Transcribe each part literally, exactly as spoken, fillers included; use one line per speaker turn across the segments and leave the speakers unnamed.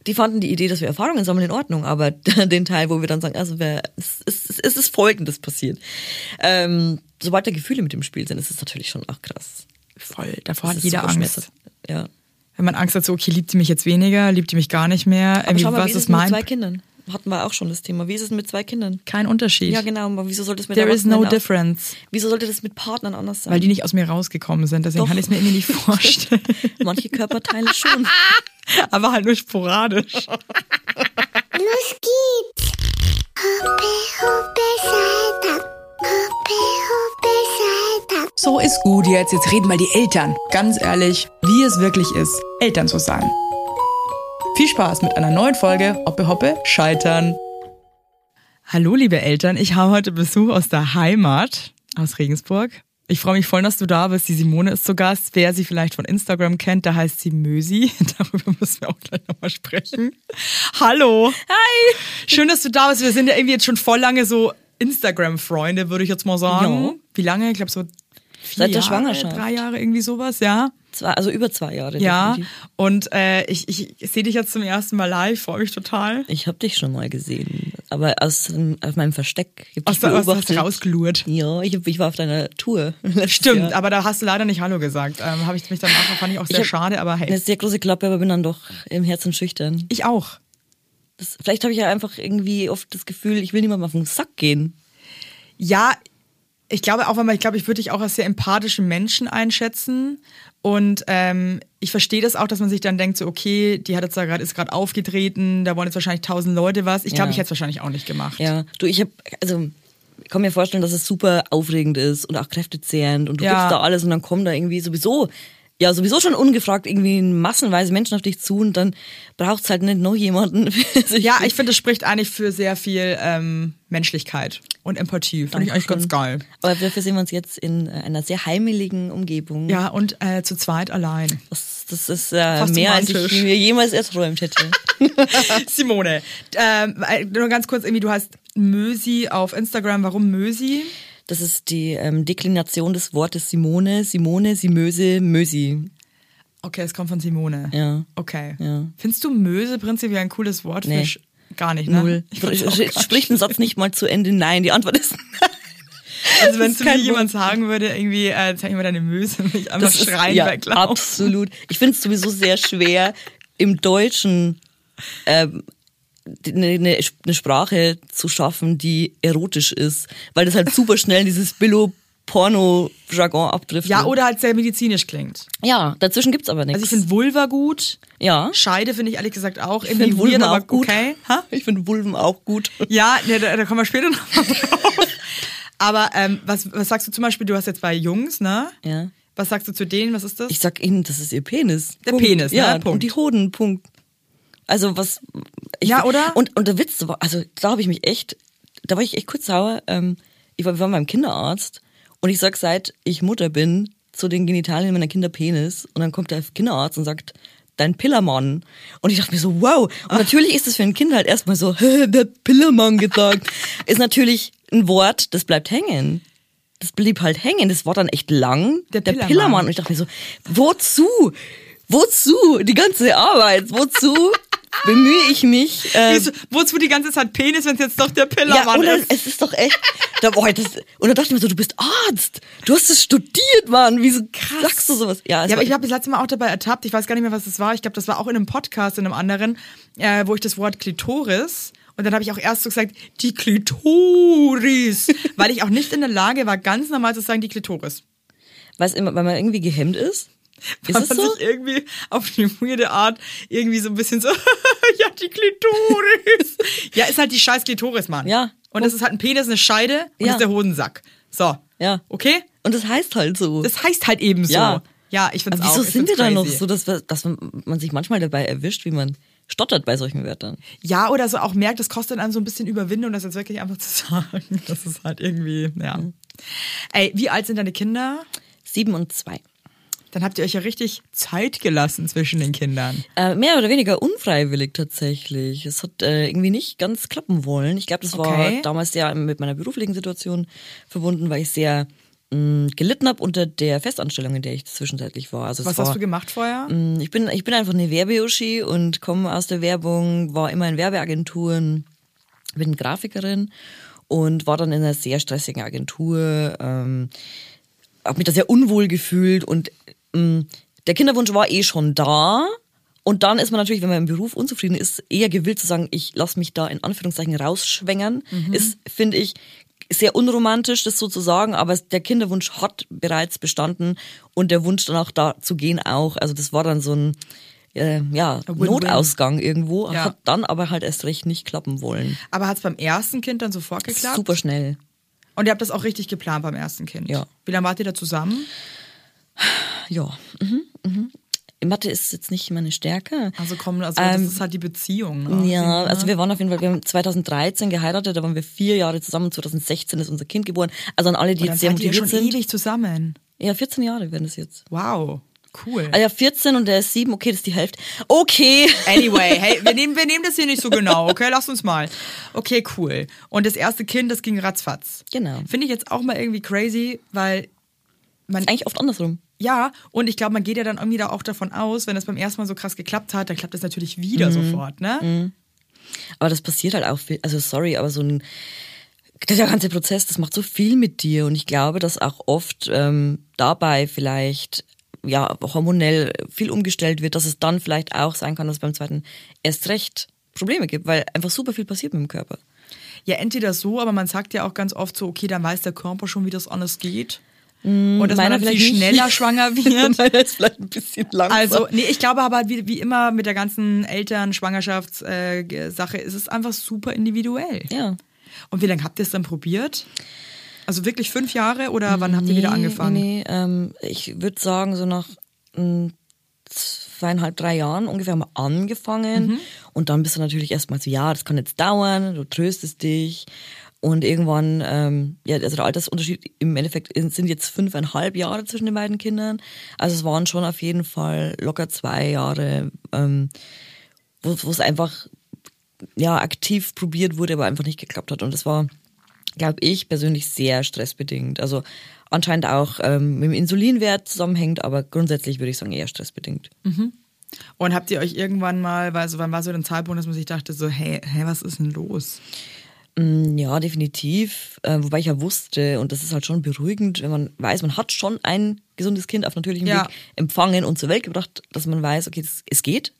die fanden die Idee, dass wir Erfahrungen sammeln, in Ordnung, aber den Teil, wo wir dann sagen, also wer, es, es, es ist Folgendes passiert. Ähm, sobald da Gefühle mit dem Spiel sind, ist es natürlich schon auch krass.
Voll, davor
Das
hat
ist
jeder
super
Angst.
schmerzhaft. Ja.
Wenn man Angst hat, so, okay, liebt die mich jetzt weniger, liebt die mich gar nicht mehr,
Aber
irgendwie,
schau mal,
was
wie ist
ist
es mit
mein...
zwei Kindern? Hatten wir auch schon das Thema. Wie ist es mit zwei Kindern?
Kein Unterschied.
Ja, genau, aber wieso sollte es mit
There is no
Erwachsenen
difference.
Auch, wieso sollte das mit Partnern anders sein?
Weil die nicht aus mir rausgekommen sind, deswegen
Doch.
kann ich es mir irgendwie nicht vorstellen.
Manche Körperteile schon.
Aber halt nur sporadisch.
Los geht's! Hoppe, hoppe, Saltag. Hoppe, hoppe, Saltag.
So ist gut jetzt, jetzt reden mal die Eltern. Ganz ehrlich, wie es wirklich ist, Eltern zu sein. Viel Spaß mit einer neuen Folge Hoppe Hoppe Scheitern. Hallo liebe Eltern, ich habe heute Besuch aus der Heimat, aus Regensburg. Ich freue mich voll, dass du da bist. Die Simone ist zu Gast. Wer sie vielleicht von Instagram kennt, da heißt sie Mösi. Darüber müssen wir auch gleich nochmal sprechen. Hallo.
Hi.
Schön, dass du da bist. Wir sind ja irgendwie jetzt schon voll lange so Instagram-Freunde, würde ich jetzt mal sagen.
Ja.
Wie lange? Ich glaube so vier
Seit der
Jahre,
Schwangerschaft.
drei Jahre, irgendwie sowas, ja.
Zwei, also über zwei Jahre.
Ja,
definitiv.
und äh, ich, ich, ich sehe dich jetzt zum ersten Mal live, freue mich total.
Ich habe dich schon mal gesehen, aber aus, aus meinem Versteck. Ich hab
Aus
dich
der, aus, hast du
beobachtet.
rausgelurt.
Ja, ich, hab, ich war auf deiner Tour. letztes
Stimmt,
Jahr.
aber da hast du leider nicht Hallo gesagt. Ähm, Habe ich mich dann auch, fand ich auch sehr
hab
schade, aber hey.
Eine sehr große Klappe, aber bin dann doch im Herzen schüchtern.
Ich auch.
Das, vielleicht habe ich ja einfach irgendwie oft das Gefühl, ich will niemandem auf den Sack gehen.
Ja, ich glaube auch, weil man, ich glaube, ich würde dich auch als sehr empathischen Menschen einschätzen. Und ähm, ich verstehe das auch, dass man sich dann denkt, so okay, die hat jetzt da gerade, ist gerade aufgetreten, da wollen jetzt wahrscheinlich tausend Leute was. Ich glaube,
Ja.
ich hätte es wahrscheinlich auch nicht gemacht.
Ja, du, ich habe, also ich kann mir vorstellen, dass es super aufregend ist und auch kräftezehrend und du
Ja.
gibst da alles und dann kommen da irgendwie sowieso, ja sowieso schon ungefragt irgendwie massenweise Menschen auf dich zu und dann braucht's halt nicht noch jemanden.
Ja, ich finde, das spricht eigentlich für sehr viel ähm, Menschlichkeit und Empathie. Finde ich eigentlich ganz geil.
Aber dafür sehen wir uns jetzt in einer sehr heimeligen Umgebung.
Ja, und äh, zu zweit allein.
Das, das ist äh,
Fast
mehr, als
romantisch.
ich mir jemals erträumt hätte.
Simone, ähm, äh, nur ganz kurz, irgendwie, du heißt Mösi auf Instagram. Warum Mösi?
Das ist die ähm, Deklination des Wortes Simone, Simone, Simöse, Mösi.
Okay, es kommt von Simone.
Ja.
Okay.
Ja.
Findest du Möse prinzipiell ein cooles Wort?
Nee.
Für Sch- Gar nicht, ne?
Null.
Ich find's auch
Sprich Sprich den Satz nicht mal zu Ende. Nein, die Antwort ist nein.
Also wenn
Das
zu
ist
mir
kein
jemand
Wort.
sagen würde, irgendwie, äh, zeig mir deine Möse, würde ich einfach
Das ist
schreien
ja,
weglaufen.
absolut. Ich finde es sowieso sehr schwer, im Deutschen ähm, eine, eine, eine Sprache zu schaffen, die erotisch ist, weil das halt super schnell dieses Billo-Porno-Jargon abtrifft.
Ja, oder halt sehr medizinisch klingt.
Ja, dazwischen gibt's aber nichts.
Also ich finde Vulva gut.
ja,
Scheide finde ich ehrlich gesagt auch
ich
irgendwie
finde Vulven
weird, aber
auch gut.
okay. Ha?
Ich finde Vulven auch gut.
Ja, ne, da, da kommen wir später noch mal drauf. Aber ähm, was, was sagst du zum Beispiel, du hast jetzt zwei Jungs, ne?
Ja.
Was sagst du zu denen, was ist das?
Ich sag ihnen, das ist ihr Penis.
Der
Punkt.
Penis, ne?
Ja,
Punkt.
und die Hoden, Punkt. Also was... Ich,
Ja, oder?
Und, und der Witz, war- also da habe ich mich echt, da war ich echt kurz sauer. Ähm, ich war, wir waren beim Kinderarzt und ich sag, seit ich Mutter bin, zu den Genitalien meiner Kinder Penis. Und dann kommt der Kinderarzt und sagt, dein Pillermann. Und ich dachte mir so, wow. Und natürlich ist es für ein Kind halt erstmal so, der Pillermann gesagt. Ist natürlich ein Wort, das bleibt hängen. Das blieb halt hängen. Das war dann echt lang.
Der
der
Pillermann.
Pillermann. Und ich dachte mir so, wozu? Wozu? Die ganze Arbeit. Wozu bemühe ich mich? Äh,
Wieso- Wozu die ganze Zeit Penis, wenn es jetzt doch der
ja,
Pillermann
oder
ist?
es ist doch echt. Da, boah, das, und da dachte ich mir so, du bist Arzt. Du hast es studiert, Mann. Wieso sagst du sowas? Ja, es
Ja, aber
war-
ich habe das letzte Mal auch dabei ertappt, ich weiß gar nicht mehr, was das war. Ich glaube, das war auch in einem Podcast, in einem anderen, äh, wo ich das Wort Klitoris, und dann habe ich auch erst so gesagt, die Klitoris, weil ich auch nicht in der Lage war, ganz normal zu sagen, die Klitoris.
Weiß immer, weil man irgendwie gehemmt ist. Ist
Weil
es
man
so?
sich irgendwie auf eine weirde Art irgendwie so ein bisschen so, ja, die Klitoris. Ja, ist halt die scheiß Klitoris, Mann.
Ja.
Und das ist halt ein Penis, eine Scheide und
Ja.
das ist der Hodensack. So.
Ja.
Okay?
Und das heißt halt so.
Das heißt halt eben so.
Ja.
Ja, ich find's
Aber wieso
auch. ich
sind wir
find's
da noch
crazy.
so, dass, wir, dass man sich manchmal dabei erwischt, wie man stottert bei solchen Wörtern?
Ja, oder so auch merkt, das kostet einem so ein bisschen Überwindung, das jetzt wirklich einfach zu sagen. Das ist halt irgendwie, ja. Ey, wie alt sind deine Kinder?
Sieben und zwei.
Dann habt ihr euch ja richtig Zeit gelassen zwischen den Kindern.
Äh, mehr oder weniger unfreiwillig tatsächlich. Es hat äh, irgendwie nicht ganz klappen wollen. Ich glaube, das
Okay.
war damals ja mit meiner beruflichen Situation verbunden, weil ich sehr mh, gelitten habe unter der Festanstellung, in der ich zwischenzeitlich war. Also es
Was
war,
hast du gemacht vorher?
mh, ich bin ich bin einfach eine Werbeuschi und komme aus der Werbung, war immer in Werbeagenturen, bin Grafikerin und war dann in einer sehr stressigen Agentur, ähm, habe mich da sehr unwohl gefühlt und mh, der Kinderwunsch war eh schon da. Und dann ist man natürlich, wenn man im Beruf unzufrieden ist, eher gewillt zu sagen, ich lasse mich da in Anführungszeichen rausschwängern. Mhm. Ist, finde ich, sehr unromantisch, das so zu sagen, aber der Kinderwunsch hat bereits bestanden und der Wunsch danach da zu gehen auch. Also das war dann so ein äh, ja, Notausgang irgendwo,
Ja.
hat dann aber halt erst recht nicht klappen wollen.
Aber hat es beim ersten Kind dann sofort geklappt?
Super schnell.
Und ihr habt das auch richtig geplant beim ersten Kind?
Ja.
Wie lange wart ihr da zusammen?
Ja, mhm, mhm. Mathe ist jetzt nicht meine Stärke.
Also komm, also
Ähm,
das ist halt die Beziehung. Ne?
Ja, also wir waren auf jeden Fall, wir haben zweitausenddreizehn geheiratet, da waren wir vier Jahre zusammen, zweitausendsechzehn ist unser Kind geboren. Also an alle, die
Und dann
jetzt sehr
seid ihr
motiviert
schon
sind.
ewig zusammen.
Ja, vierzehn Jahre werden das jetzt.
Wow, cool.
Ah ja, vierzehn und der ist sieben, okay, das ist die Hälfte. Okay.
Anyway, hey, wir nehmen, wir nehmen das hier nicht so genau, okay? Lass uns mal. Okay, cool. Und das erste Kind, das ging ratzfatz.
Genau.
Finde ich jetzt auch mal irgendwie crazy, weil man...
Eigentlich oft andersrum.
Ja, und ich glaube, man geht ja dann irgendwie da auch davon aus, wenn das beim ersten Mal so krass geklappt hat, dann klappt das natürlich wieder
Mhm.
sofort, ne?
Aber das passiert halt auch viel, also sorry, aber so ein, der ganze Prozess, das macht so viel mit dir und ich glaube, dass auch oft ähm, dabei vielleicht ja hormonell viel umgestellt wird, dass es dann vielleicht auch sein kann, dass es beim zweiten erst recht Probleme gibt, weil einfach super viel passiert mit dem Körper.
Ja, entweder so, aber man sagt ja auch ganz oft so, okay, dann weiß der Körper schon, wie das anders geht. Und dass man
meiner
natürlich
vielleicht nicht.
schneller schwanger wird.
Meiner ist vielleicht ein bisschen langsam.
Also, nee, ich glaube aber halt wie, wie immer mit der ganzen Eltern-Schwangerschafts-Sache ist es einfach super individuell.
ja.
Und wie lange habt ihr es dann probiert? Also wirklich fünf Jahre oder wann habt ihr wieder angefangen?
Nee, nee, ähm, ich würde sagen, so nach ähm, zweieinhalb, drei Jahren ungefähr haben wir angefangen.
Mhm.
Und dann bist du natürlich erstmal so, ja, das kann jetzt dauern, du tröstest dich. Und irgendwann, ähm, ja, also der Altersunterschied im Endeffekt sind jetzt fünfeinhalb Jahre zwischen den beiden Kindern. Also es waren schon auf jeden Fall locker zwei Jahre, ähm, wo wo es einfach ja aktiv probiert wurde, aber einfach nicht geklappt hat. Und das war, glaube ich, persönlich sehr stressbedingt. Also anscheinend auch ähm, mit dem Insulinwert zusammenhängt, aber grundsätzlich würde ich sagen eher stressbedingt.
Und habt ihr euch irgendwann mal, weil so, wann war so der Zeitpunkt, dass man sich dachte so, hey, hey, was ist denn los?
Ja, definitiv. Äh, wobei ich ja wusste, und das ist halt schon beruhigend, wenn man weiß, man hat schon ein gesundes Kind auf natürlichem
Ja.
Weg empfangen und zur Welt gebracht, dass man weiß, okay, das, es geht.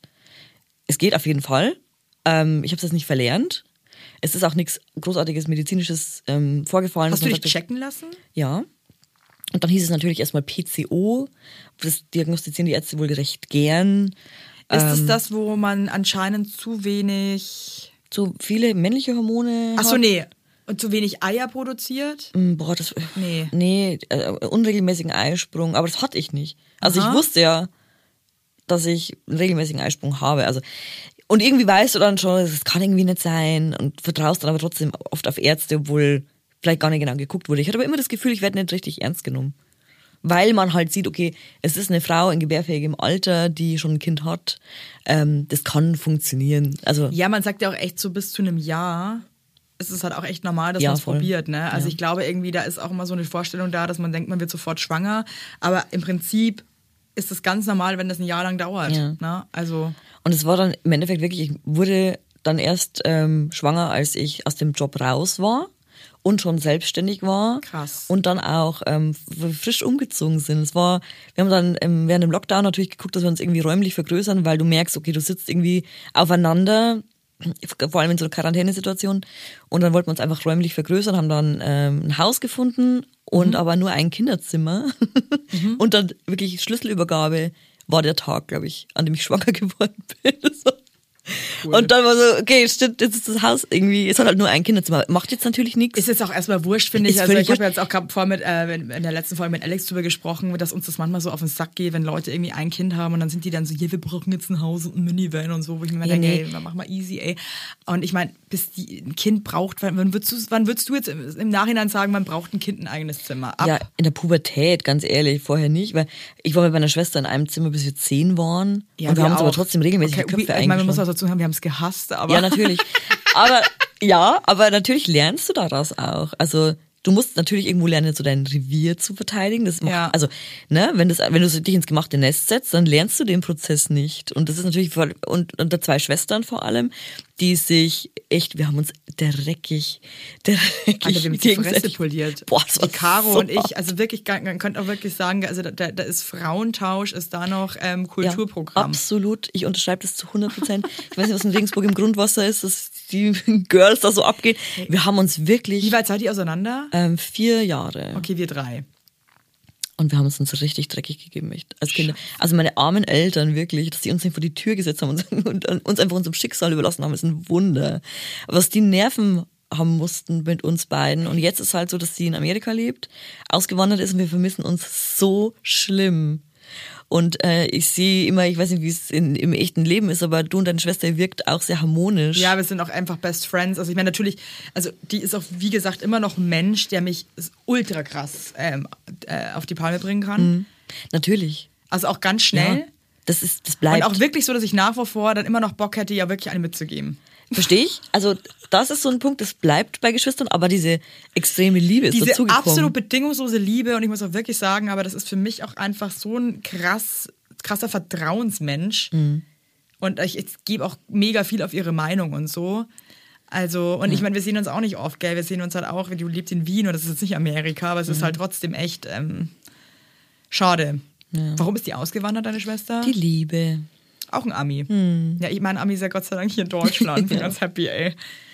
Es geht auf jeden Fall. Ähm, ich habe es jetzt nicht verlernt. Es ist auch nichts großartiges medizinisches ähm, vorgefallen.
Hast
dass
du
man
dich
sagt,
checken lassen?
Ja. Und dann hieß es natürlich erstmal P C O. Das diagnostizieren die Ärzte wohl recht gern.
Ist es
Ähm,
das, wo man anscheinend zu wenig...
Zu viele männliche Hormone.
Ach so,
hat.
nee. Und zu wenig Eier produziert?
Mm, Boah, das.
Nee.
Nee, äh, unregelmäßigen Eisprung. Aber das hatte ich nicht. Also
Aha.
ich wusste ja, dass ich einen regelmäßigen Eisprung habe. Also und irgendwie weißt du dann schon, das kann irgendwie nicht sein und vertraust dann aber trotzdem oft auf Ärzte, obwohl vielleicht gar nicht genau geguckt wurde. Ich hatte aber immer das Gefühl, ich werde nicht richtig ernst genommen. Weil man halt sieht, okay, es ist eine Frau in gebärfähigem Alter, die schon ein Kind hat. Ähm, das kann funktionieren. Also
Ja, man sagt ja auch echt so bis zu einem Jahr ist es halt auch echt normal, dass
Ja,
man es
voll.
probiert. Ne? Also
Ja.
ich glaube irgendwie, da ist auch immer so eine Vorstellung da, dass man denkt, man wird sofort schwanger. Aber im Prinzip ist es ganz normal, wenn das ein Jahr lang dauert.
Ja.
Ne? Also
Und es war dann im Endeffekt wirklich, ich wurde dann erst ähm, schwanger, als ich aus dem Job raus war und schon selbstständig war.
Krass.
Und dann auch ähm, frisch umgezogen sind. Es war, wir haben dann ähm, während dem Lockdown natürlich geguckt, dass wir uns irgendwie räumlich vergrößern, weil du merkst, okay, du sitzt irgendwie aufeinander, vor allem in so einer Quarantänesituation. Und dann wollten wir uns einfach räumlich vergrößern, haben dann ähm, ein Haus gefunden und aber nur ein Kinderzimmer. Und dann wirklich Schlüsselübergabe war der Tag, glaube ich, an dem ich schwanger geworden bin. So. Und dann war so, okay, stimmt, jetzt ist das Haus irgendwie, es hat halt nur ein Kinderzimmer. Macht jetzt natürlich nichts.
ist jetzt auch erstmal wurscht, finde ich.
Ist
Also
völlig
ich habe jetzt auch gerade vor mit äh, in der letzten Folge mit Alex drüber gesprochen, dass uns das manchmal so auf den Sack geht, wenn Leute irgendwie ein Kind haben und dann sind die dann so, ja, wir brauchen jetzt ein Haus und ein Minivan und so, wo ich mir
Ja,
denke,
nee.
ey, mach mal easy, ey. Und ich meine, bis die ein Kind braucht, wann, wann, würdest du, wann würdest du jetzt im, im Nachhinein sagen, man braucht ein Kind ein eigenes Zimmer? Ab.
Ja, in der Pubertät, ganz ehrlich, vorher nicht, weil ich war mit meiner Schwester in einem Zimmer, bis wir zehn waren.
Ja,
und wir haben uns aber
auch.
trotzdem regelmäßig
okay,
die Köpfe
Ich meine, man muss
eingeschlagen.
auch dazu sagen, wir haben es gehasst, aber
Ja, natürlich. Aber ja, aber natürlich lernst du daraus auch. Also Du musst natürlich irgendwo lernen, so dein Revier zu verteidigen. Das macht,
Ja.
also, ne, wenn das, wenn du dich ins gemachte Nest setzt, dann lernst du den Prozess nicht. Und das ist natürlich voll, und unter zwei Schwestern vor allem, die sich echt, wir haben uns dreckig, dreckig
Alter, wir haben uns die Fresse
gegenseitig-
poliert.
Boah, das war
die Caro
so
und ich,
hart.
also wirklich, man könnte auch wirklich sagen, also da, da ist Frauentausch, ist da noch ähm, Kulturprogramm.
Ja, absolut. Ich unterschreibe das zu hundert Prozent. Ich weiß nicht, was in Regensburg im Grundwasser ist, dass die Girls da so abgehen. Wir haben uns wirklich
Wie weit seid ihr auseinander?
ähm, vier Jahre.
Okay, wir drei.
Und wir haben es uns richtig dreckig gegeben, echt, als Kinder. Also meine armen Eltern wirklich, dass die uns nicht vor die Tür gesetzt haben und, und uns einfach unserem Schicksal überlassen haben, ist ein Wunder. Aber was die Nerven haben mussten mit uns beiden. Und jetzt ist halt so, dass sie in Amerika lebt, ausgewandert ist und wir vermissen uns so schlimm. Und äh, ich sehe immer, ich weiß nicht, wie es in, im echten Leben ist, aber du und deine Schwester wirkt auch sehr harmonisch.
Ja, wir sind auch einfach Best Friends. Also ich meine natürlich, also die ist auch, wie gesagt, immer noch ein Mensch, der mich ultra krass ähm, äh, auf die Palme bringen kann.
Mhm. Natürlich.
Also auch ganz schnell.
Ja, das ist, das bleibt.
Und auch wirklich so, dass ich nach wie vor dann immer noch Bock hätte, ja wirklich eine mitzugeben.
Verstehe ich? Also das ist so ein Punkt, das bleibt bei Geschwistern, aber diese extreme Liebe ist
Diese
dazugekommen.
absolut bedingungslose Liebe, und ich muss auch wirklich sagen, aber das ist für mich auch einfach so ein krass, krasser Vertrauensmensch.
Mhm.
Und ich, ich gebe auch mega viel auf ihre Meinung und so. Also, und
Ja.
ich meine, wir sehen uns auch nicht oft, gell? Wir sehen uns halt auch, du lebst in Wien und das ist jetzt nicht Amerika, aber es
Mhm.
ist halt trotzdem echt ähm, schade.
Ja.
Warum ist die ausgewandert, deine Schwester?
Die Liebe.
Auch ein Ami.
Hm.
Ja, ich meine, Ami ist ja Gott sei Dank hier in Deutschland. Bin ganz happy, ey.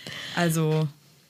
Also,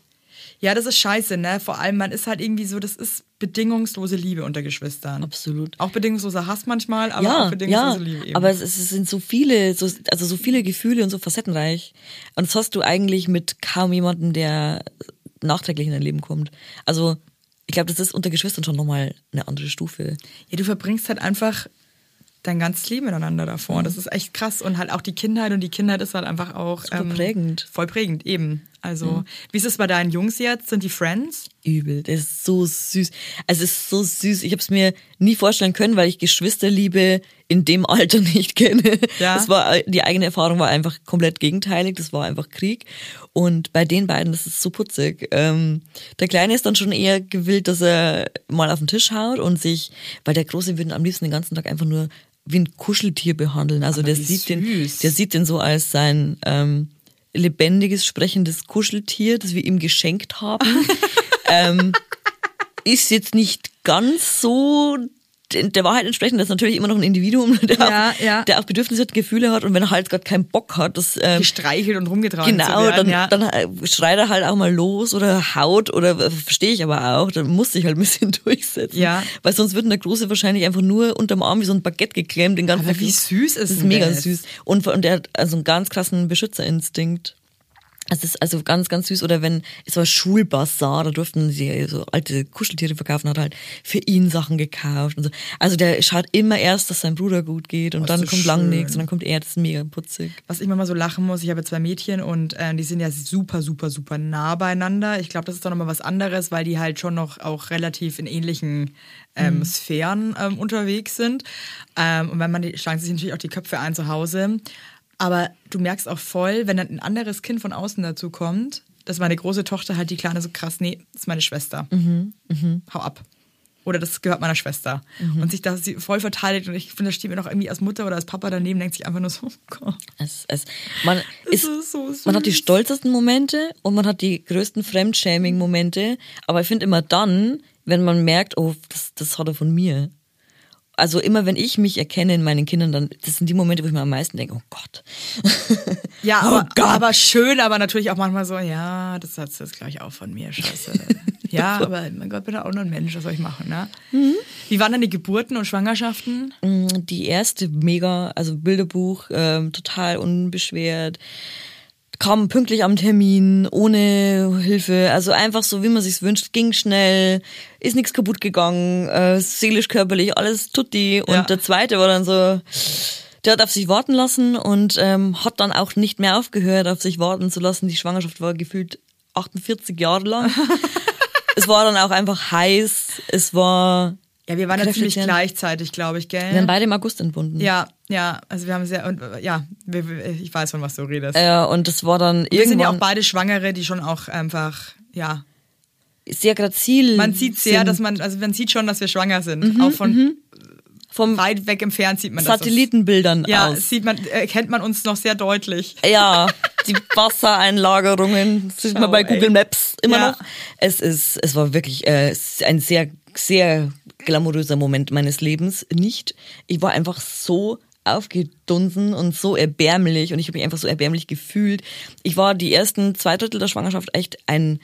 ja, das ist scheiße, ne? Vor allem, man ist halt irgendwie so, das ist bedingungslose Liebe unter Geschwistern.
Absolut.
Auch bedingungsloser Hass manchmal, aber
ja,
auch bedingungslose
ja,
Liebe eben.
aber es, es sind so viele, so, also so viele Gefühle und so facettenreich. Und das hast du eigentlich mit kaum jemandem, der nachträglich in dein Leben kommt. Also ich glaube, das ist unter Geschwistern schon nochmal eine andere Stufe.
Ja, du verbringst halt einfach dein ganzes Leben miteinander davor. Das ist echt krass. Und halt auch die Kindheit. Und die Kindheit ist halt einfach auch
Super prägend.
Voll prägend, eben. Also, wie ist es bei deinen Jungs jetzt? Sind die Friends?
Übel, das ist so süß. Also es ist so süß. Ich habe es mir nie vorstellen können, weil ich Geschwisterliebe in dem Alter nicht kenne.
Ja.
Das war, die eigene Erfahrung war einfach komplett gegenteilig. Das war einfach Krieg. Und bei den beiden, das ist so putzig. Ähm, der Kleine ist dann schon eher gewillt, dass er mal auf den Tisch haut und sich, weil der Große würde ihn am liebsten den ganzen Tag einfach nur wie ein Kuscheltier behandeln. Also
Aber
der
wie
sieht den,
süß.
der sieht den so als sein ähm, lebendiges, sprechendes Kuscheltier, das wir ihm geschenkt haben. ähm, ist jetzt nicht ganz so der Wahrheit entsprechend. Das ist natürlich immer noch ein Individuum, der,
Ja,
auch,
ja.
der auch Bedürfnisse hat, Gefühle hat. Und wenn er halt gerade keinen Bock hat, das ähm,
Gestreichelt und rumgetragen
genau,
zu werden.
dann,
ja.
dann äh, schreit er halt auch mal los oder haut oder äh, verstehe ich aber auch. Dann muss ich halt ein bisschen durchsetzen.
Ja.
Weil sonst wird der Große wahrscheinlich einfach nur unterm Arm wie so ein Baguette geklemmt. Den ganzen
Aber wie
Tag.
süß ist
Das ist
denn
mega
das?
süß. Und, und der hat also einen ganz krassen Beschützerinstinkt. Es ist also ganz, ganz süß. Oder wenn, es war Schulbazar, da durften sie so alte Kuscheltiere verkaufen, hat halt für ihn Sachen gekauft und so. Also der schaut immer erst, dass sein Bruder gut geht und
Oh,
dann
ist so
kommt lang
schön.
nichts und dann kommt er, das ist mega putzig.
Was ich immer so lachen muss, ich habe zwei Mädchen und äh, die sind ja super, super, super nah beieinander. Ich glaube, das ist doch nochmal was anderes, weil die halt schon noch auch relativ in ähnlichen ähm,
Mhm.
Sphären ähm, unterwegs sind. Ähm, und wenn man die, schlagen sich natürlich auch die Köpfe ein zu Hause. Aber du merkst auch voll, wenn dann ein anderes Kind von außen dazu kommt, dass meine große Tochter halt die Kleine so krass, nee, das ist meine Schwester.
Mhm, mh.
Hau ab. Oder das gehört meiner Schwester.
Mhm.
Und sich da sie voll verteidigt. Und ich finde, da steht mir noch irgendwie als Mutter oder als Papa daneben, denkt sich einfach nur so, oh Gott.
Es, es, man,
Das
ist,
ist so süß.
man hat die stolzesten Momente und man hat die größten Fremdshaming-Momente. Aber ich finde immer dann, wenn man merkt, oh, das, das hat er von mir. Also immer, wenn ich mich erkenne in meinen Kindern, dann das sind die Momente, wo ich mir am meisten denke, oh Gott.
Ja,
Oh
aber,
Gott.
aber schön, aber natürlich auch manchmal so, ja, das hat jetzt gleich auch von mir, scheiße. Ja, aber mein Gott, bin ja auch nur ein Mensch, was soll ich machen, ne?
Mhm.
Wie waren denn die Geburten und Schwangerschaften?
Die erste mega, also Bilderbuch, ähm, total unbeschwert. Kam pünktlich am Termin, ohne Hilfe, also einfach so, wie man sich's wünscht, ging schnell, ist nichts kaputt gegangen, äh, seelisch, körperlich, alles tutti. Und
Ja.
der zweite war dann so, der hat auf sich warten lassen und ähm, hat dann auch nicht mehr aufgehört, auf sich warten zu lassen. Die Schwangerschaft war gefühlt achtundvierzig Jahre lang. Es war dann auch einfach heiß, es war,
Ja, wir waren ja ziemlich
Kräftezehren.
gleichzeitig, glaube ich, gell?
wir haben beide im August entbunden.
Ja, ja, also wir haben sehr, und, äh, ja, wir, wir, ich weiß, von was du redest.
Äh, und das war dann
wir sind ja auch
irgendwann,
beide Schwangere, die schon auch einfach, ja,
sehr grazil
Man sieht sehr,
sind.
dass man, also man sieht schon, dass wir schwanger sind. Mhm, auch von
mhm. vom
weit weg entfernt sieht man das.
Satellitenbildern
Ja,
aus.
sieht man, erkennt man uns noch sehr deutlich.
Ja, die Wassereinlagerungen sieht
Schau,
man bei Google
ey.
Maps immer
Ja.
noch. Es ist, es war wirklich äh, es ist ein sehr, sehr glamouröser Moment meines Lebens. Nicht. Ich war einfach so aufgedunsen und so erbärmlich und ich habe mich einfach so erbärmlich gefühlt. Ich war die ersten zwei Drittel der Schwangerschaft echt ein,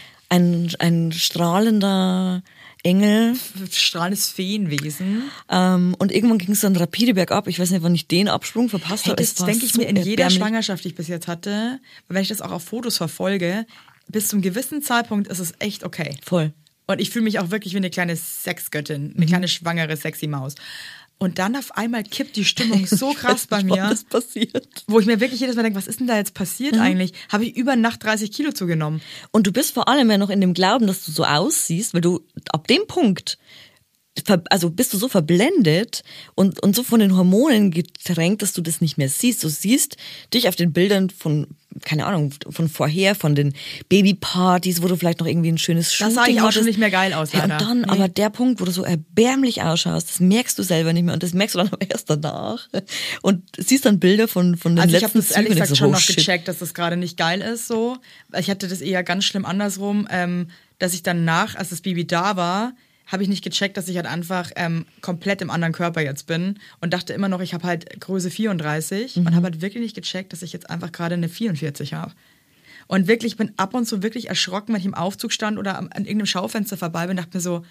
ein, ein strahlender Engel.
Strahlendes Feenwesen.
Ähm, und irgendwann ging es dann rapide bergab. Ich weiß nicht, wann ich den Absprung verpasst
Hey,
habe.
das
Es war
denke ich
so
mir in jeder
erbärmlich.
Schwangerschaft, die ich bis jetzt hatte, wenn ich das auch auf Fotos verfolge, bis zum gewissen Zeitpunkt ist es echt okay.
Voll.
Und ich fühle mich auch wirklich wie eine kleine Sexgöttin, eine kleine schwangere sexy Maus. Und dann auf einmal kippt die Stimmung so krass bei
Wann
mir,
das passiert.
wo ich mir wirklich jedes Mal denke, was ist denn da jetzt passiert eigentlich? Habe ich über Nacht dreißig Kilo zugenommen?
Und du bist vor allem ja noch in dem Glauben, dass du so aussiehst, weil du ab dem Punkt, ver- also bist du so verblendet und, und so von den Hormonen getränkt, dass du das nicht mehr siehst. Du siehst dich auf den Bildern von, keine Ahnung, von vorher, von den Babypartys, wo du vielleicht noch irgendwie ein schönes Shooting
sah ich auch
hattest.
schon nicht mehr geil aus,
Ja, und
leider.
dann
Nee.
aber der Punkt, wo du so erbärmlich ausschaust, das merkst du selber nicht mehr und das merkst du dann aber erst danach und siehst dann Bilder von, von den
Also ich habe
letzten
das ehrlich
Zügen und
gesagt
ich so,
schon
oh,
noch
shit.
gecheckt, dass das gerade nicht geil ist so. Ich hatte das eher ganz schlimm andersrum, ähm, dass ich dann nach, als das Baby da war, habe ich nicht gecheckt, dass ich halt einfach ähm, komplett im anderen Körper jetzt bin und dachte immer noch, ich habe halt Größe vierunddreißig
Mhm.
und habe halt wirklich nicht gecheckt, dass ich jetzt einfach gerade eine vierundvierzig habe. Und wirklich, bin ab und zu wirklich erschrocken, wenn ich im Aufzug stand oder am- an irgendeinem Schaufenster vorbei bin, dachte mir so,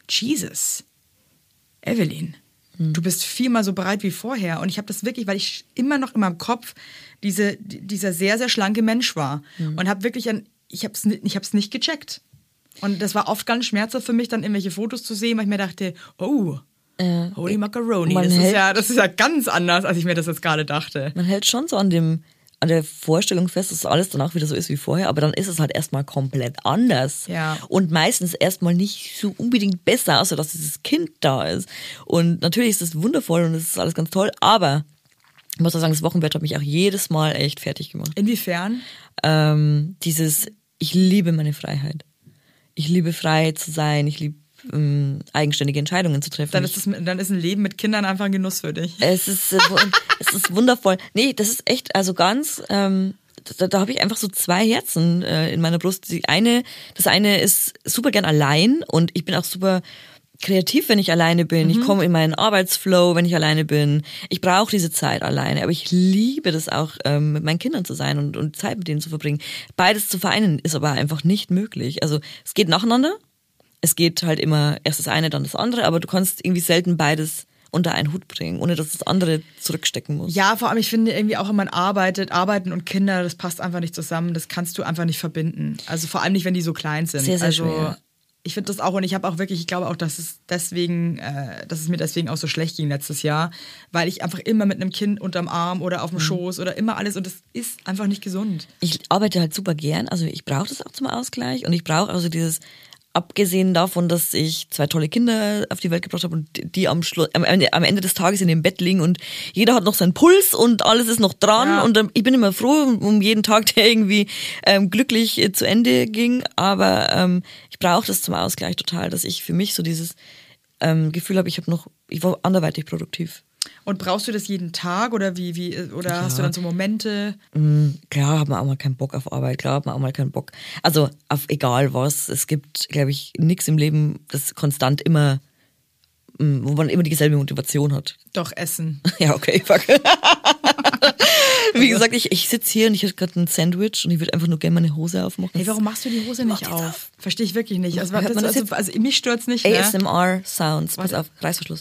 Jesus, Evelyn, du bist viermal so breit wie vorher. Und ich habe das wirklich, weil ich immer noch in meinem Kopf diese, dieser sehr, sehr schlanke Mensch war. Und habe wirklich, ein, ich habe es ich hab's nicht gecheckt. Und das war oft ganz schmerzhaft für mich, dann irgendwelche Fotos zu sehen, weil ich mir dachte, oh, holy macaroni,
man
das ist,
hält-
ja, das ist ja ganz anders, als ich mir das jetzt gerade dachte.
Man hält schon so an dem, an der Vorstellung fest, dass alles danach wieder so ist wie vorher, aber dann ist es halt erstmal komplett anders.
Ja.
Und meistens erstmal nicht so unbedingt besser, außer dass dieses Kind da ist. Und natürlich ist das wundervoll und es ist alles ganz toll, aber ich muss auch sagen, das Wochenbett hat mich auch jedes Mal echt fertig gemacht.
Inwiefern?
Ähm, dieses, ich liebe meine Freiheit. Ich liebe frei zu sein, ich liebe ähm, eigenständige Entscheidungen zu treffen.
Dann ist, das, dann ist ein Leben mit Kindern einfach ein Genuss für dich.
Es ist, äh, wu- es ist wundervoll. Nee, das ist echt, also ganz, ähm, da, da habe ich einfach so zwei Herzen äh, in meiner Brust. Die eine, das eine ist super gern allein und ich bin auch super kreativ, wenn ich alleine bin. Ich komme in meinen Arbeitsflow, wenn ich alleine bin. Ich brauche diese Zeit alleine, aber ich liebe das auch, ähm, mit meinen Kindern zu sein und, und Zeit mit denen zu verbringen. Beides zu vereinen ist aber einfach nicht möglich. Also es geht nacheinander. Es geht halt immer erst das eine, dann das andere, aber du kannst irgendwie selten beides unter einen Hut bringen, ohne dass das andere zurückstecken muss.
Ja, vor allem, ich finde irgendwie auch, wenn man arbeitet, Arbeiten und Kinder, das passt einfach nicht zusammen. Das kannst du einfach nicht verbinden. Also vor allem nicht, wenn die so klein sind.
Sehr, sehr
also,
schwer.
Ich finde das auch, und ich habe auch wirklich, ich glaube auch, dass es deswegen, äh, dass es mir deswegen auch so schlecht ging letztes Jahr, weil ich einfach immer mit einem Kind unterm Arm oder auf dem Schoß oder immer alles, und das ist einfach nicht gesund.
Ich arbeite halt super gern, also ich brauche das auch zum Ausgleich und ich brauche also dieses, abgesehen davon, dass ich zwei tolle Kinder auf die Welt gebracht habe und die am, Schluss, am, Ende, am Ende des Tages in dem Bett liegen und jeder hat noch seinen Puls und alles ist noch dran
Ja.
und ähm, ich bin immer froh um, um jeden Tag, der irgendwie ähm, glücklich äh, zu Ende ging, aber ähm, ich brauche das zum Ausgleich total, dass ich für mich so dieses ähm, Gefühl habe, ich habe noch, ich war anderweitig produktiv.
Und brauchst du das jeden Tag oder wie, wie oder hast du dann so Momente?
Klar hat man auch mal keinen Bock auf Arbeit, klar hat man auch mal keinen Bock. Also auf egal was. Es gibt, glaube ich, nichts im Leben, das konstant immer, mm, wo man immer dieselbe Motivation hat.
Doch, Essen.
Ja, okay, fuck. Wie gesagt, ich, ich sitze hier und ich habe gerade ein Sandwich und ich würde einfach nur gerne meine Hose aufmachen.
Hey, warum machst du die Hose nicht
die
auf?
auf.
Verstehe ich wirklich nicht. Also,
Hört
das,
man das
also,
jetzt?
also mich stört's nicht,
A
ne?
S M R-Sounds. Pass auf, Reißverschluss.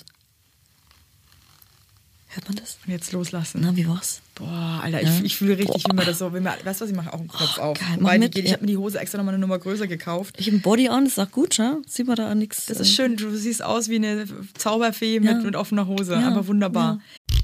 Hört man das?
Und jetzt loslassen.
Na, wie war's?
Boah, Alter,
Ja.
ich, ich fühle richtig,
Boah.
wie mir das so, wie mir, weißt du was, ich mache auch einen Knopf auf.
geil, mach
Wobei die
mit,
geht, ich
ja.
habe mir die Hose extra nochmal eine Nummer größer gekauft.
Ich habe ein Body an, das ist auch gut, schau. Sieht man da auch nichts.
Das ist schön, du siehst aus wie eine Zauberfee mit,
Ja.
mit offener Hose,
Ja,
aber wunderbar.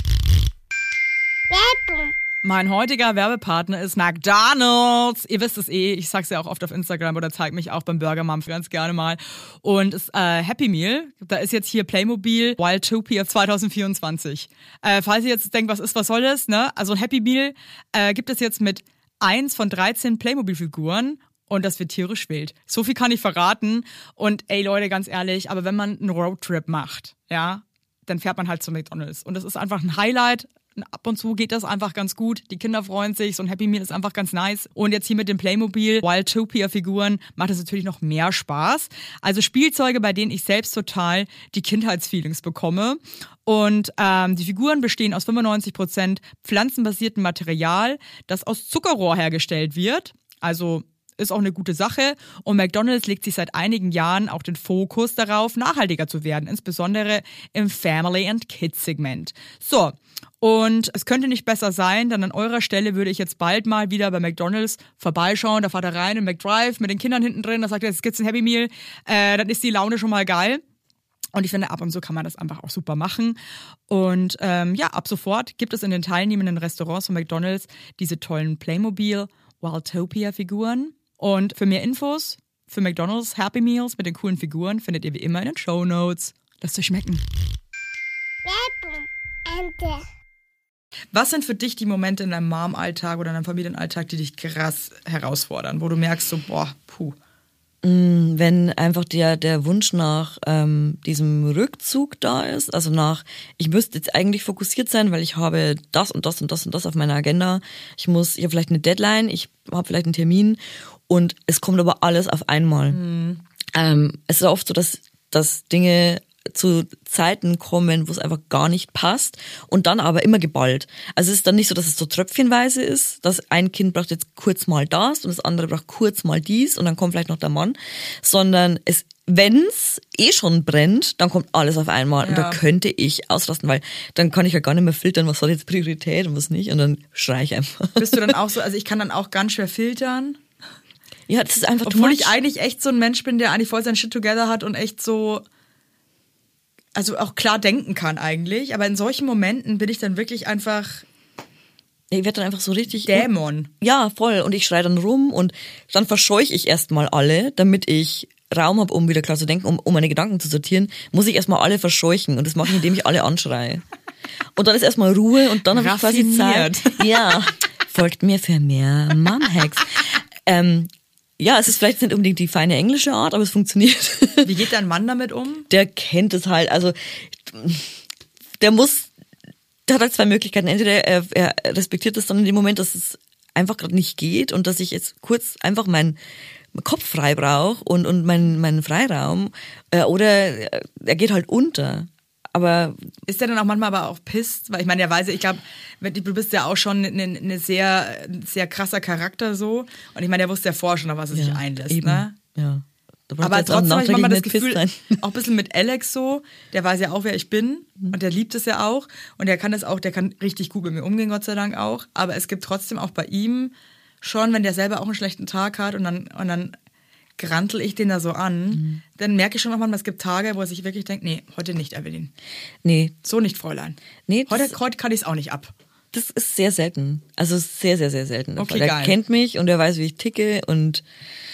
Werbung.
Mein heutiger Werbepartner ist McDonald's. Ihr wisst es eh, ich sag's ja auch oft auf Instagram oder zeige mich auch beim Burger Mom ganz gerne mal. Und es äh, Happy Meal, da ist jetzt hier Playmobil Wild Topia zwanzig vierundzwanzig. Äh, falls ihr jetzt denkt, was ist, was soll das, ne? Also ein Happy Meal äh, gibt es jetzt mit eins von dreizehn Playmobil-Figuren Und das wird tierisch wild. So viel kann ich verraten. Und ey Leute, ganz ehrlich, aber wenn man einen Roadtrip macht, ja, dann fährt man halt zu McDonald's. Und das ist einfach ein Highlight. Ab und zu geht das einfach ganz gut. Die Kinder freuen sich, so ein Happy Meal ist einfach ganz nice. Und jetzt hier mit dem Playmobil, Wildtopia-Figuren macht es natürlich noch mehr Spaß. Also Spielzeuge, bei denen ich selbst total die Kindheitsfeelings bekomme. Und ähm, die Figuren bestehen aus fünfundneunzig Prozent pflanzenbasiertem Material, das aus Zuckerrohr hergestellt wird. Also ist auch eine gute Sache. Und McDonald's legt sich seit einigen Jahren auch den Fokus darauf, nachhaltiger zu werden, insbesondere im Family- and Kids-Segment. So, und es könnte nicht besser sein, denn an eurer Stelle würde ich jetzt bald mal wieder bei McDonald's vorbeischauen. Da fahrt er rein in McDrive mit den Kindern hinten drin, da sagt er, jetzt gibt's ein Happy Meal. Äh, dann ist die Laune schon mal geil. Und ich finde, ab und zu kann man das einfach auch super machen. Und ähm, ja, ab sofort gibt es in den teilnehmenden Restaurants von McDonald's diese tollen Playmobil Wildtopia-Figuren. Und für mehr Infos, für McDonald's Happy Meals mit den coolen Figuren, findet ihr wie immer in den Shownotes. Lasst euch schmecken.
Werbung, Ende.
Was sind für dich die Momente in deinem Mom-Alltag oder in deinem Familienalltag, die dich krass herausfordern, wo du merkst so, boah, puh.
Wenn einfach der, der Wunsch nach ähm, diesem Rückzug da ist, also nach, ich müsste jetzt eigentlich fokussiert sein, weil ich habe das und das und das und das auf meiner Agenda. Ich muss, ich habe vielleicht eine Deadline, ich habe vielleicht einen Termin und es kommt aber alles auf einmal. Mhm. Ähm, es ist oft so, dass, dass Dinge zu Zeiten kommen, wo es einfach gar nicht passt und dann aber immer geballt. Also es ist dann nicht so, dass es so tröpfchenweise ist, dass ein Kind braucht jetzt kurz mal das und das andere braucht kurz mal dies und dann kommt vielleicht noch der Mann, sondern es, wenn's eh schon brennt, dann kommt alles auf einmal. Ja. Und da könnte ich ausrasten, weil dann kann ich ja gar nicht mehr filtern, was hat jetzt Priorität und was nicht und dann schreie ich einfach.
Bist du dann auch so, also ich kann dann auch ganz schwer filtern.
Ja, das ist einfach
Obwohl ich eigentlich echt so ein Mensch bin, der eigentlich voll sein Shit together hat und echt so, also auch klar denken kann eigentlich, aber in solchen Momenten bin ich dann wirklich einfach...
Ich werde dann einfach so richtig...
Dämon.
Ja, voll. Und ich schreie dann rum und dann verscheuche ich erstmal alle, damit ich Raum habe, um wieder klar zu denken, um, um meine Gedanken zu sortieren, muss ich erstmal alle verscheuchen und das mache ich, indem ich alle anschreie. Und dann ist erstmal Ruhe und dann habe ich quasi Zeit. Ja, folgt mir für mehr Mom-Hacks. ähm, Ja, es ist vielleicht nicht unbedingt die feine englische Art, aber es funktioniert.
Wie geht dein Mann damit um?
Der kennt es halt. Also der muss, der hat halt zwei Möglichkeiten. Entweder er, er respektiert es dann in dem Moment, dass es einfach gerade nicht geht und dass ich jetzt kurz einfach meinen Kopf frei brauche und, und meinen, meinen Freiraum. Oder er geht halt unter. Aber
ist der dann auch manchmal aber auch pisst? Weil ich meine, der weiß, ich glaube, du bist ja auch schon eine, eine sehr, sehr krasser Charakter so. Und ich meine, der wusste ja vorher schon, auf was er ja, sich einlässt. Eben. Ne?
Ja.
Aber trotzdem habe ich manchmal das Gefühl, auch ein bisschen mit Alex so, der weiß ja auch, wer ich bin und der liebt es ja auch. Und der kann das auch, der kann richtig gut mit mir umgehen, Gott sei Dank auch. Aber es gibt trotzdem auch bei ihm schon, wenn der selber auch einen schlechten Tag hat und dann, und dann grantel ich den da so an, mhm. dann merke ich schon manchmal, es gibt Tage, wo er sich wirklich denkt, nee, heute nicht, Evelyn.
Nee.
So nicht, Fräulein. Nee. Heute, heute kann ich es auch nicht ab.
Das ist sehr selten. Also sehr, sehr, sehr selten.
Okay,
er
geil.
kennt mich und er weiß, wie ich ticke und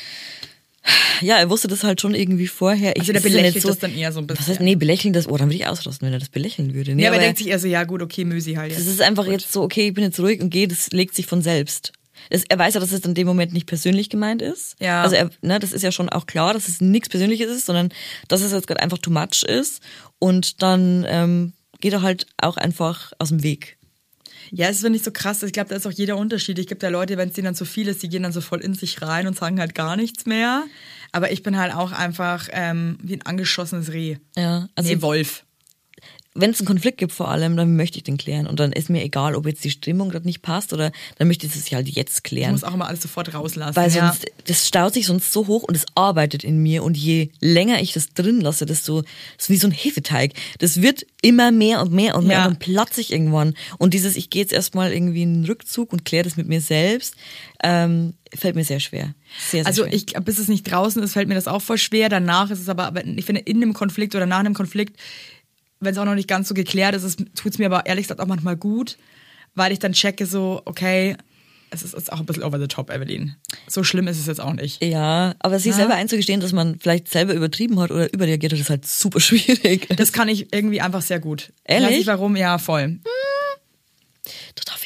ja, er wusste das halt schon irgendwie vorher.
Also der belächelt so, das dann eher so ein bisschen.
Was heißt, nee, belächeln das, oh, dann würde ich ausrasten, wenn er das belächeln würde. Nee,
ja, aber er
aber
denkt sich eher so, ja gut, okay, Mösi halt jetzt.
Das ist einfach
gut.
jetzt so, okay, ich bin jetzt ruhig und gehe, das legt sich von selbst. Das, er weiß ja, dass es in dem Moment nicht persönlich gemeint ist.
Ja.
Also er, ne, das ist ja schon auch klar, dass es nichts Persönliches ist, sondern dass es jetzt gerade einfach too much ist. Und dann ähm, geht er halt auch einfach aus dem Weg.
Ja, es ist nicht so krass. Ich glaube, da ist auch jeder Unterschied. Ich gibt ja Leute, wenn es denen dann zu viel ist, die gehen dann so voll in sich rein und sagen halt gar nichts mehr. Aber ich bin halt auch einfach ähm, wie ein angeschossenes Reh.
Ja, also
nee, Wolf.
Wenn es einen Konflikt gibt vor allem, dann möchte ich den klären. Und dann ist mir egal, ob jetzt die Stimmung gerade nicht passt oder dann möchte ich es halt jetzt klären.
Ich muss auch immer alles sofort rauslassen.
Weil
ja.
sonst, das staut sich sonst so hoch und es arbeitet in mir. Und je länger ich das drin lasse, desto, das ist wie so ein Hefeteig. Das wird immer mehr und mehr und mehr
ja.
und dann platze ich irgendwann. Und dieses, ich gehe jetzt erstmal irgendwie in einen Rückzug und kläre das mit mir selbst, ähm, fällt mir sehr schwer. Sehr, sehr
also
schwer.
ich, bis es nicht draußen ist, fällt mir das auch voll schwer. Danach ist es aber, ich finde, in einem Konflikt oder nach einem Konflikt, wenn es auch noch nicht ganz so geklärt ist, tut es mir aber ehrlich gesagt auch manchmal gut, weil ich dann checke so, okay, es ist, ist auch ein bisschen over the top, Evelyn. So schlimm ist es jetzt auch nicht.
Ja, aber sich
Na?
selber einzugestehen, dass man vielleicht selber übertrieben hat oder überreagiert hat, ist halt super schwierig.
Das kann ich irgendwie einfach sehr gut.
Ehrlich?
Weiß ich warum, ja, voll. Hm.
Da darf ich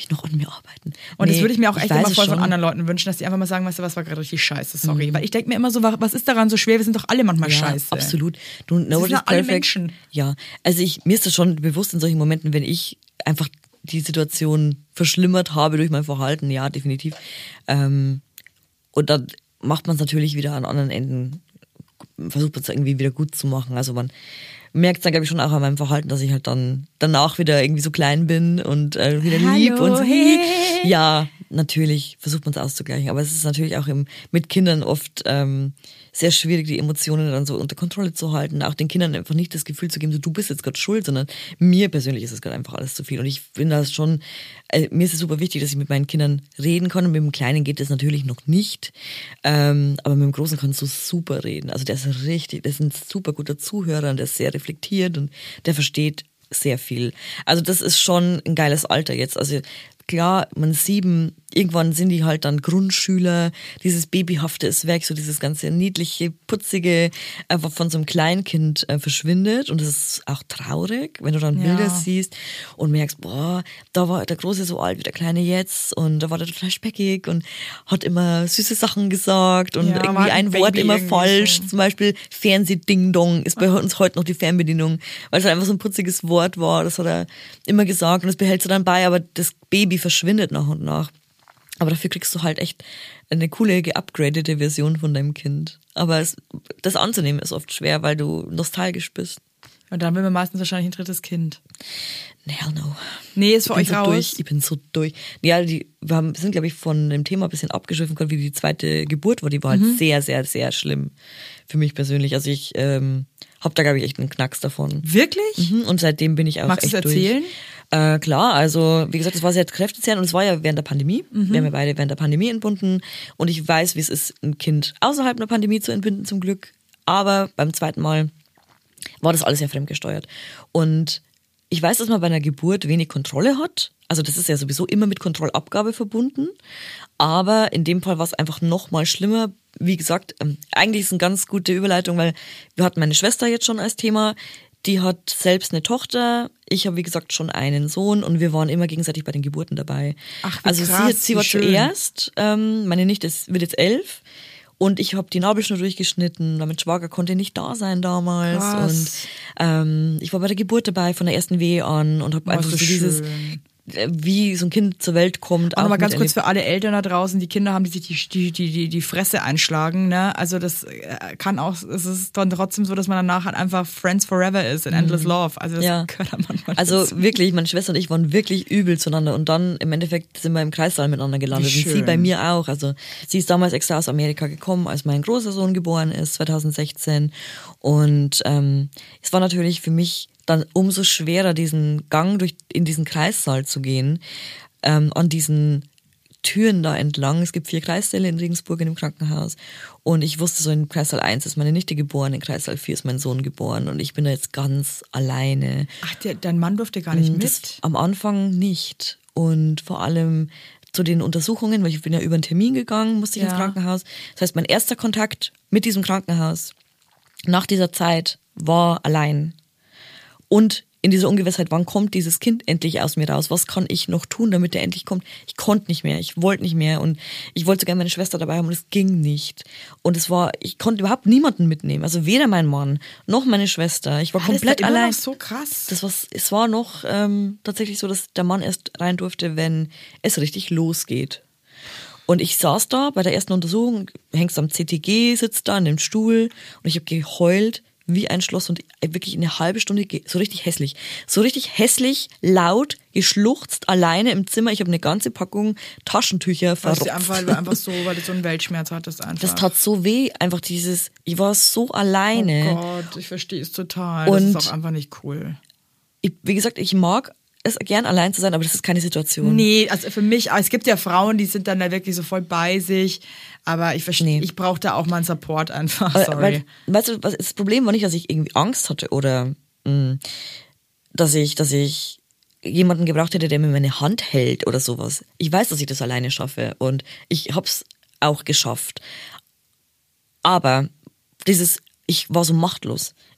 ich noch an mir arbeiten?
Und
Nee,
das würde ich mir auch echt immer voll
schon.
von anderen Leuten wünschen, dass die einfach mal sagen, weißt du, was war gerade richtig scheiße, sorry. Mhm. Weil ich denke mir immer so, was ist daran so schwer? Wir sind doch alle manchmal
Ja,
scheiße.
absolut. Du, nobody's
sind alle
perfect.
Menschen.
Ja, also ich, mir ist das schon bewusst in solchen Momenten, wenn ich einfach die Situation verschlimmert habe durch mein Verhalten, ja, definitiv. Ähm, und dann macht man es natürlich wieder an anderen Enden, versucht man es irgendwie wieder gut zu machen. Also man merkt es dann, glaube ich, schon auch an meinem Verhalten, dass ich halt dann danach wieder irgendwie so klein bin und äh, wieder
Hallo,
lieb und so.
hey.
Ja, natürlich versucht man es auszugleichen, aber es ist natürlich auch im, mit Kindern oft ähm, sehr schwierig, die Emotionen dann so unter Kontrolle zu halten, auch den Kindern einfach nicht das Gefühl zu geben, so du bist jetzt gerade schuld, sondern mir persönlich ist es gerade einfach alles zu viel und ich finde das schon, äh, mir ist es super wichtig, dass ich mit meinen Kindern reden kann und mit dem Kleinen geht es natürlich noch nicht, ähm, aber mit dem Großen kannst du super reden, also der ist richtig, der ist ein super guter Zuhörer und der ist sehr reflektiert und der versteht sehr viel. Also das ist schon ein geiles Alter jetzt, also klar, man sieben, irgendwann sind die halt dann Grundschüler, dieses Babyhafte ist weg, so dieses ganze niedliche, putzige einfach von so einem Kleinkind äh, verschwindet und das ist auch traurig, wenn du dann
Ja.
Bilder siehst und merkst, boah, da war der Große so alt wie der Kleine jetzt und da war der total speckig und hat immer süße Sachen gesagt und
Ja, war
irgendwie
halt ein
ein Wort
Baby
immer
irgendwie
falsch,
so.
zum Beispiel Fernsehding-Dong ist bei uns heute noch die Fernbedienung, weil es halt einfach so ein putziges Wort war, das hat er immer gesagt und das behältst du dann bei, aber das Baby verschwindet nach und nach. Aber dafür kriegst du halt echt eine coole, geupgradete Version von deinem Kind. Aber es, das anzunehmen ist oft schwer, weil du nostalgisch bist.
Und dann will man meistens wahrscheinlich ein drittes Kind.
Hell no.
Nee, ist für
Ich bin
euch
so
raus.
durch. Ich bin so durch. Ja, die, wir haben, sind, glaube ich, von dem Thema ein bisschen abgeschwiffen, wie die zweite Geburt war. Die war halt
Mhm.
sehr, sehr, sehr schlimm. Für mich persönlich. Also ich ähm, habe da, glaube ich, echt einen Knacks davon.
Wirklich?
Mhm, und seitdem bin ich auch
Magst du
echt
es erzählen?
durch. Äh, klar, also wie gesagt, es war sehr kräftezehrend und es war ja während der Pandemie.
Mhm.
Wir haben ja beide während der Pandemie entbunden und ich weiß, wie es ist, ein Kind außerhalb einer Pandemie zu entbinden, zum Glück. Aber beim zweiten Mal war das alles ja fremdgesteuert. Und ich weiß, dass man bei einer Geburt wenig Kontrolle hat. Also das ist ja sowieso immer mit Kontrollabgabe verbunden. Aber in dem Fall war es einfach noch mal schlimmer. Wie gesagt, ähm, eigentlich ist es eine ganz gute Überleitung, weil wir hatten meine Schwester jetzt schon als Thema. Die hat selbst eine Tochter. Ich habe, wie gesagt, schon einen Sohn und wir waren immer gegenseitig bei den Geburten dabei.
Ach, wie
also
krass,
sie, sie
wie
war
schön.
zuerst, ähm, meine Nichte ist, wird jetzt elf. Und ich habe die Nabelschnur durchgeschnitten, mein Schwager konnte nicht da sein damals.
Krass.
Und ähm, ich war bei der Geburt dabei, von der ersten Wehe an und habe
Oh,
einfach
so
so dieses,
schön.
äh, wie so ein Kind zur Welt kommt.
Auch nochmal ganz
miterlebt.
kurz für alle Eltern da draußen, die Kinder haben, die sich die, die, die, die, die Fresse einschlagen, ne? Also das äh, kann auch, es ist dann trotzdem so, dass man danach halt einfach Friends forever ist in Endless Love. Also das
Ja.
gehört dann manchmal
Also
dazu.
wirklich, meine Schwester und ich waren wirklich übel zueinander und dann im Endeffekt sind wir im Kreissaal miteinander gelandet
Wie
und sie
schön.
bei mir auch. Also sie ist damals extra aus Amerika gekommen, als mein großer Sohn geboren ist, zwanzig sechzehn und ähm, es war natürlich für mich dann umso schwerer, diesen Gang durch in diesen Kreissaal zu gehen, ähm, an diesen Türen da entlang. Es gibt vier Kreissäle in Regensburg in dem Krankenhaus. Und ich wusste so, in Kreissaal eins ist meine Nichte geboren, in Kreissaal vier ist mein Sohn geboren. Und ich bin da jetzt ganz alleine.
Ach, der, dein Mann durfte gar nicht mit?
Das am Anfang nicht. Und vor allem zu den Untersuchungen, weil ich bin ja über einen Termin gegangen, musste ich
Ja.
ins Krankenhaus. Das heißt, mein erster Kontakt mit diesem Krankenhaus nach dieser Zeit war allein. Und in dieser Ungewissheit, wann kommt dieses Kind endlich aus mir raus? Was kann ich noch tun, damit er endlich kommt? Ich konnte nicht mehr, ich wollte nicht mehr und ich wollte sogar meine Schwester dabei haben und es ging nicht. Und es war, ich konnte überhaupt niemanden mitnehmen, also weder mein Mann noch meine Schwester. Ich war
Ah, das ist
komplett
ja immer
allein.
noch so krass.
Das war, es war noch ähm, tatsächlich so, dass der Mann erst rein durfte, wenn es richtig losgeht. Und ich saß da bei der ersten Untersuchung, hängst am C T G, sitzt da in dem Stuhl und ich habe geheult wie ein Schloss und wirklich eine halbe Stunde, ge- so richtig hässlich, so richtig hässlich, laut, geschluchzt, alleine im Zimmer. Ich habe eine ganze Packung Taschentücher
Weil
verrotzt.
du einfach, weil du einfach so, weil du so einen Weltschmerz hattest einfach.
Das tat so weh, einfach dieses, ich war so alleine.
Oh Gott, ich verstehe es total.
Und-
das ist auch einfach nicht cool.
Ich, wie gesagt, ich mag es gern allein zu sein, aber das ist keine Situation.
Nee, also für mich, es gibt ja Frauen, die sind dann da wirklich so voll bei sich, aber ich verstehe,
Nee.
ich brauche da auch mal einen Support einfach,
Weil-
sorry.
Weil, weißt du, was, das Problem war nicht, dass ich irgendwie Angst hatte oder mh, dass ich, dass ich jemanden gebraucht hätte, der mir meine Hand hält oder sowas. Ich weiß, dass ich das alleine schaffe und ich hab's auch geschafft. Aber dieses, ich war so machtlos.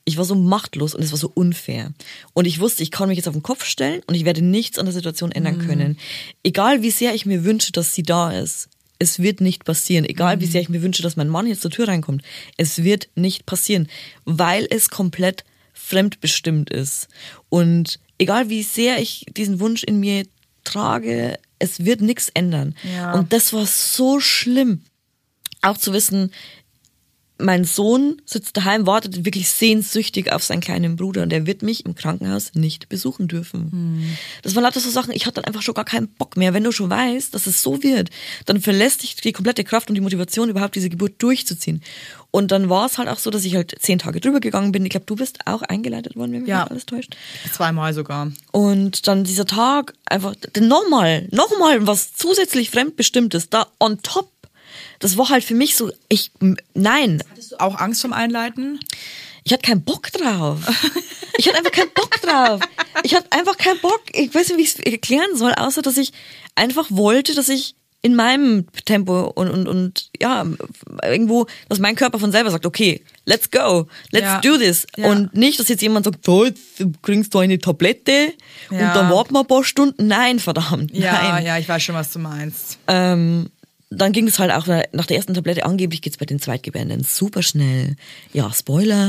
ich war so machtlos und es war so unfair. Und ich wusste, ich kann mich jetzt auf den Kopf stellen und ich werde nichts an der Situation ändern mhm. können. Egal wie sehr ich mir wünsche, dass sie da ist, es wird nicht passieren. Egal wie sehr ich mir wünsche, dass mein Mann jetzt zur Tür reinkommt, es wird nicht passieren, weil es komplett fremdbestimmt ist. Und egal wie sehr ich diesen Wunsch in mir trage, es wird nichts ändern.
Ja.
Und das war so schlimm. Auch zu wissen, mein Sohn sitzt daheim, wartet wirklich sehnsüchtig auf seinen kleinen Bruder und der wird mich im Krankenhaus nicht besuchen dürfen. Hm. Das waren lauter so Sachen, ich hatte dann einfach schon gar keinen Bock mehr. Wenn du schon weißt, dass es so wird, dann verlässt dich die komplette Kraft und die Motivation, überhaupt diese Geburt durchzuziehen. Und dann war es halt auch so, dass ich halt zehn Tage drüber gegangen bin. Ich glaube, du bist auch eingeleitet worden, wenn mich
ja.
nicht alles täuscht.
Zweimal sogar.
Und dann dieser Tag einfach, nochmal, nochmal was zusätzlich Fremdbestimmtes, da on top. Das war halt für mich so, ich, nein.
Hattest du auch Angst vom Einleiten?
Ich hatte keinen Bock drauf. Ich hatte einfach keinen Bock drauf. Ich hatte einfach keinen Bock. Ich weiß nicht, wie ich es erklären soll, außer dass ich einfach wollte, dass ich in meinem Tempo und, und, und ja, irgendwo, dass mein Körper von selber sagt, okay, let's go, let's
ja.
do this.
Ja.
Und nicht, dass jetzt jemand sagt, so, jetzt kriegst du eine Tablette
ja.
und dann warten wir ein paar Stunden. Nein, verdammt,
ja,
nein.
Ja, ich weiß schon, was du meinst.
Ähm, Dann ging es halt auch nach der ersten Tablette, angeblich geht's bei den Zweitgebärenden super schnell. Ja, Spoiler.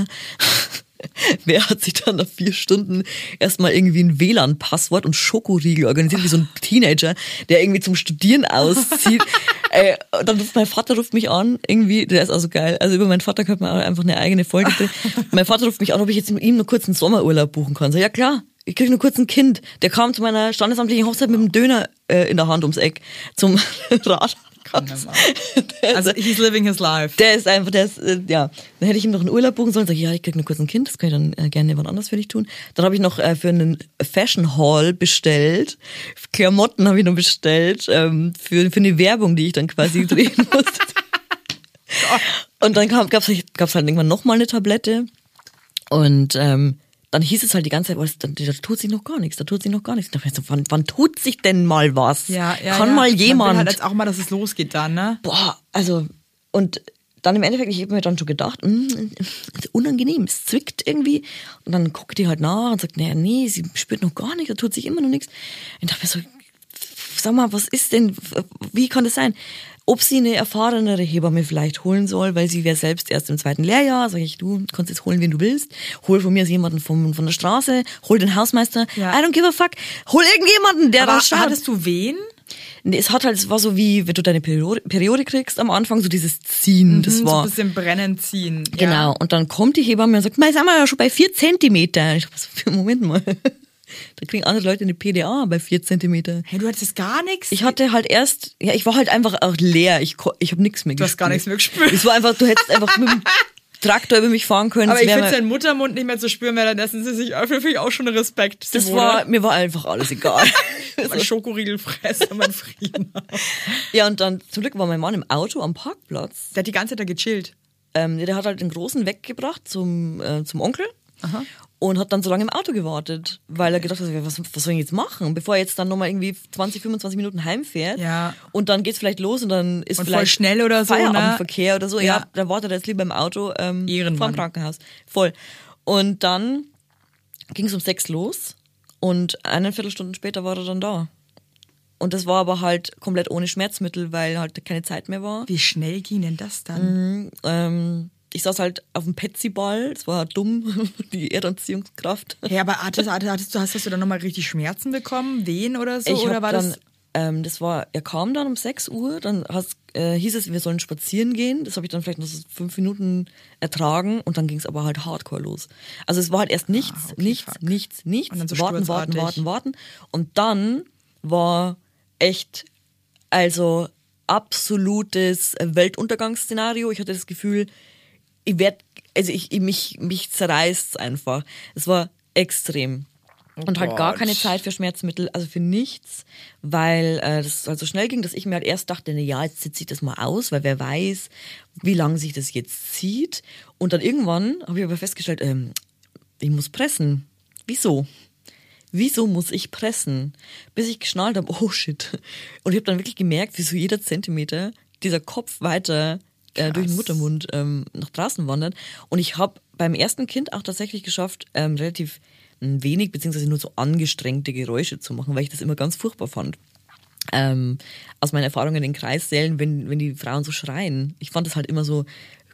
Wer hat sich dann nach vier Stunden erstmal irgendwie ein W L A N-Passwort und Schokoriegel organisiert, wie so ein Teenager, der irgendwie zum Studieren auszieht. äh, dann ruft mein Vater ruft mich an, irgendwie, der ist auch so geil. Also über meinen Vater könnte man auch einfach eine eigene Folge drehen. Mein Vater ruft mich an, ob ich jetzt mit ihm nur kurz einen Sommerurlaub buchen kann. So, ja klar. Ich krieg nur kurz ein Kind. Der kam zu meiner standesamtlichen Hochzeit mit einem Döner äh, in der Hand ums Eck zum Rad.
Also he's living his life.
Der ist einfach, der ist, äh, ja. Dann hätte ich ihm noch einen Urlaub buchen sollen. Sag ich, ja, ich krieg nur kurz ein Kind, das kann ich dann äh, gerne jemand anders für dich tun. Dann habe ich noch äh, für einen Fashion Haul bestellt. Klamotten habe ich noch bestellt ähm, für für eine Werbung, die ich dann quasi drehen musste. Und dann gab es gab's halt irgendwann noch mal eine Tablette und ähm, dann hieß es halt die ganze Zeit, oh, da, da tut sich noch gar nichts, da tut sich noch gar nichts. Ich dachte, wann, wann tut sich denn mal was?
Ja, ja,
Kann
ja.
mal jemand.
Man will halt jetzt auch mal, dass es losgeht dann, ne?
Boah, also, und dann im Endeffekt, ich habe mir dann schon gedacht, mh, unangenehm, es zwickt irgendwie. Und dann guckt die halt nach und sagt, naja, nee, sie spürt noch gar nichts, da tut sich immer noch nichts. Ich dachte mir so, sag mal, was ist denn, wie kann das sein? Ob sie eine erfahrenere Hebamme vielleicht holen soll, weil sie wäre selbst erst im zweiten Lehrjahr. Sag ich, du kannst jetzt holen, wen du willst. Hol von mir aus jemanden vom, von der Straße, hol den Hausmeister.
Ja.
I don't give a fuck. Hol irgendjemanden, der
Aber
da schaut.
hattest du wen?
Nee, es hat halt, es war so wie, wenn du deine Periode, Periode kriegst am Anfang, so dieses Ziehen, das
mhm,
war.
So ein bisschen brennen ziehen.
Genau.
Ja.
Und dann kommt die Hebamme und sagt, mei, sind wir ja schon bei vier Zentimeter. Ich dachte, was für, Moment mal. Da kriegen andere Leute eine P D A bei vier Zentimeter.
Hey, du hattest gar nichts?
Ich hatte halt erst, ja, ich war halt einfach auch leer. Ich, ich habe nichts mehr
Du
gespürt.
hast gar nichts mehr gespürt.
Es war einfach, du hättest einfach mit dem Traktor über mich fahren können.
Aber
Das
ich
wär
finde,
mal-
seinen Muttermund nicht mehr zu spüren, weil dann essen sie sich öffnen, finde ich auch schon Respekt.
das
Simone.
war, mir war einfach alles egal.
mein Schokoriegel fresse, mein Frieden.
Ja, und dann, zum Glück war mein Mann im Auto am Parkplatz.
Der hat die ganze Zeit da gechillt.
Ähm, der hat halt den Großen weggebracht zum, äh, zum Onkel.
Aha.
Und hat dann so lange im Auto gewartet, weil er gedacht hat, was, was soll ich jetzt machen, bevor er jetzt dann nochmal irgendwie zwanzig, fünfundzwanzig Minuten heimfährt.
Ja.
Und dann geht's vielleicht los und dann ist
Und
vielleicht
voll schnell oder so, ne?
Feierabendverkehr oder so. Ja.
Ja.
Dann wartet er jetzt lieber im Auto ähm,
Ehrenmann.
vor dem Krankenhaus. Voll. Und dann ging's um sechs los und eine Viertelstunde später war er dann da. Und das war aber halt komplett ohne Schmerzmittel, weil halt keine Zeit mehr war.
Wie schnell ging denn das dann?
Ähm, ich saß halt auf dem Petsy-Ball, das war dumm, die Erdanziehungskraft.
Ja, aber hattest, hattest du, hast, hast du dann nochmal richtig Schmerzen bekommen? Wehen oder so?
Ich
oder
hab
war
dann,
das?
ähm, das war, er kam dann um sechs Uhr, dann hast, äh, hieß es, wir sollen spazieren gehen. Das habe ich dann vielleicht noch so fünf Minuten ertragen und dann ging es aber halt hardcore los. Also es war halt erst nichts,
Ah, okay,
nichts,
fuck.
nichts, nichts.
Und dann so
warten, warten,
sturzartig.
warten, warten. Und dann war echt, also absolutes Weltuntergangsszenario. Ich hatte das Gefühl, ich werd, also ich, ich mich, mich zerreißt einfach. Es war extrem. Und halt gar
Gott.
keine Zeit für Schmerzmittel, also für nichts, weil äh, das halt so schnell ging, dass ich mir halt erst dachte, na ja, jetzt sitze ich das mal aus, weil wer weiß, wie lange sich das jetzt zieht. Und dann irgendwann habe ich aber festgestellt, ähm, ich muss pressen. Wieso? Wieso muss ich pressen? Bis ich geschnallt habe, oh shit. Und ich habe dann wirklich gemerkt, wie so jeder Zentimeter dieser Kopf weiter äh, durch den Muttermund ähm, nach draußen wandert. Und ich habe beim ersten Kind auch tatsächlich geschafft, ähm, relativ wenig, beziehungsweise nur so angestrengte Geräusche zu machen, weil ich das immer ganz furchtbar fand. Ähm, aus meinen Erfahrungen in den Kreissälen, wenn, wenn die Frauen so schreien. Ich fand das halt immer so,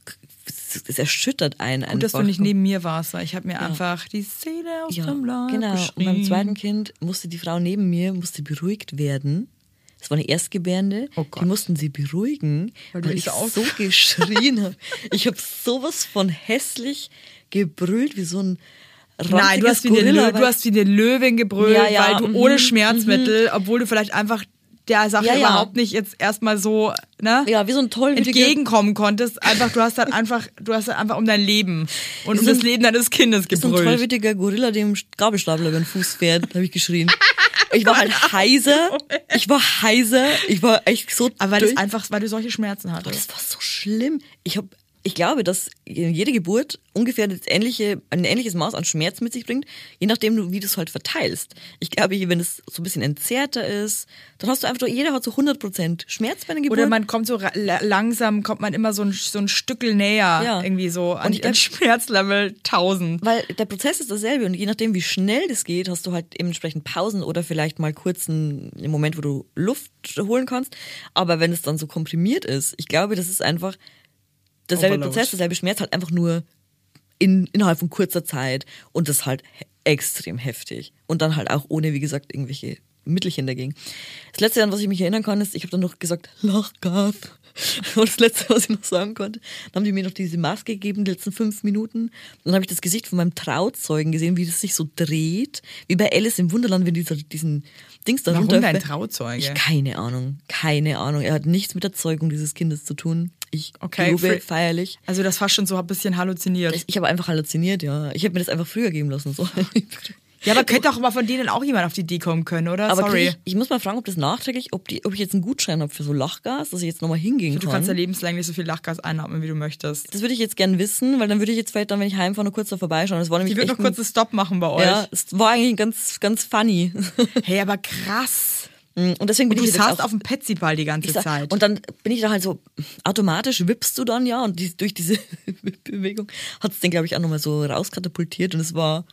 es erschüttert einen einfach.
Gut, dass du nicht neben mir warst, weil ich habe mir ja. einfach die Szene aus
ja,
dem Leib
genau.
geschrien.
Und beim zweiten Kind musste die Frau neben mir musste beruhigt werden. Das war eine Erstgebärende.
Oh Gott.
Die mussten sie beruhigen,
weil,
weil ich so, so geschrien habe. Ich habe sowas von hässlich gebrüllt, wie so ein
Nein, du hast, wie eine Lö- du hast wie eine Löwin gebrüllt, ja, ja, weil du mm-hmm, ohne Schmerzmittel, mm-hmm. obwohl du vielleicht einfach der Sache ja, ja. überhaupt nicht jetzt erstmal so, ne?
Ja, wie so ein tollwütiger
entgegenkommen konntest. Einfach, du hast halt einfach, du hast halt einfach um dein Leben und um das Leben deines Kindes gebrüllt.
So ein tollwütiger Gorilla, dem Gabelstapler über den Fuß fährt, habe ich geschrien. Ich war halt heiser, ich war heiser, ich war echt so.
Aber weil das einfach, weil du solche Schmerzen hattest.
Aber das war so schlimm. Ich habe Ich glaube, dass jede Geburt ungefähr das ähnliche, ein ähnliches Maß an Schmerz mit sich bringt, je nachdem, wie du es halt verteilst. Ich glaube, wenn es so ein bisschen entzerrter ist, dann hast du einfach, jeder hat so hundert Prozent Schmerz bei einer Geburt.
Oder man kommt so langsam, kommt man immer so ein, so ein Stückel näher, ja. irgendwie so an, an Schmerzlevel tausend.
Weil der Prozess ist dasselbe und je nachdem, wie schnell das geht, hast du halt entsprechend Pausen oder vielleicht mal kurz einen Moment, wo du Luft holen kannst. Aber wenn es dann so komprimiert ist, ich glaube, das ist einfach derselbe Overload. Prozess, derselbe Schmerz, halt einfach nur in, innerhalb von kurzer Zeit und das halt extrem heftig. Und dann halt auch ohne, wie gesagt, irgendwelche Mittelchen dagegen. Das Letzte, an was ich mich erinnern kann, ist, ich habe dann noch gesagt, Lachgas. Das war das Letzte, was ich noch sagen konnte. Dann haben die mir noch diese Maske gegeben, die letzten fünf Minuten. Dann habe ich das Gesicht von meinem Trauzeugen gesehen, wie das sich so dreht. Wie bei Alice im Wunderland, wenn dieser diesen Dings da runter...
Warum dein Trauzeuge?
Ich, keine Ahnung, keine Ahnung. Er hat nichts mit der Zeugung dieses Kindes zu tun. Ich
okay,
glaube feierlich.
Also das fast schon so ein bisschen halluziniert.
Ich, ich habe einfach halluziniert, ja. Ich hätte mir das einfach früher geben lassen. So.
Ja, aber könnte auch mal von denen auch jemand auf die Idee kommen können, oder?
Aber
Sorry.
Ich, ich muss mal fragen, ob das nachträglich, ob, die, ob ich jetzt einen Gutschein habe für so Lachgas, dass ich jetzt nochmal hingehen
du
kann.
Du kannst ja lebenslänglich so viel Lachgas einatmen, wie du möchtest.
Das würde ich jetzt gern wissen, weil dann würde ich jetzt vielleicht dann, wenn ich heimfahre, noch kurz da vorbeischauen. Das war nämlich
ich würde noch
ein,
kurz einen Stopp machen bei euch.
Ja, es war eigentlich ganz, ganz funny.
Hey, aber krass.
Und deswegen bin
und du
ich jetzt
saßt
auch,
auf dem Petsyball die ganze
sag,
Zeit.
Und dann bin ich da halt so, automatisch wippst du dann, ja, und die, durch diese Bewegung hat es den, glaube ich, auch nochmal so rauskatapultiert und es war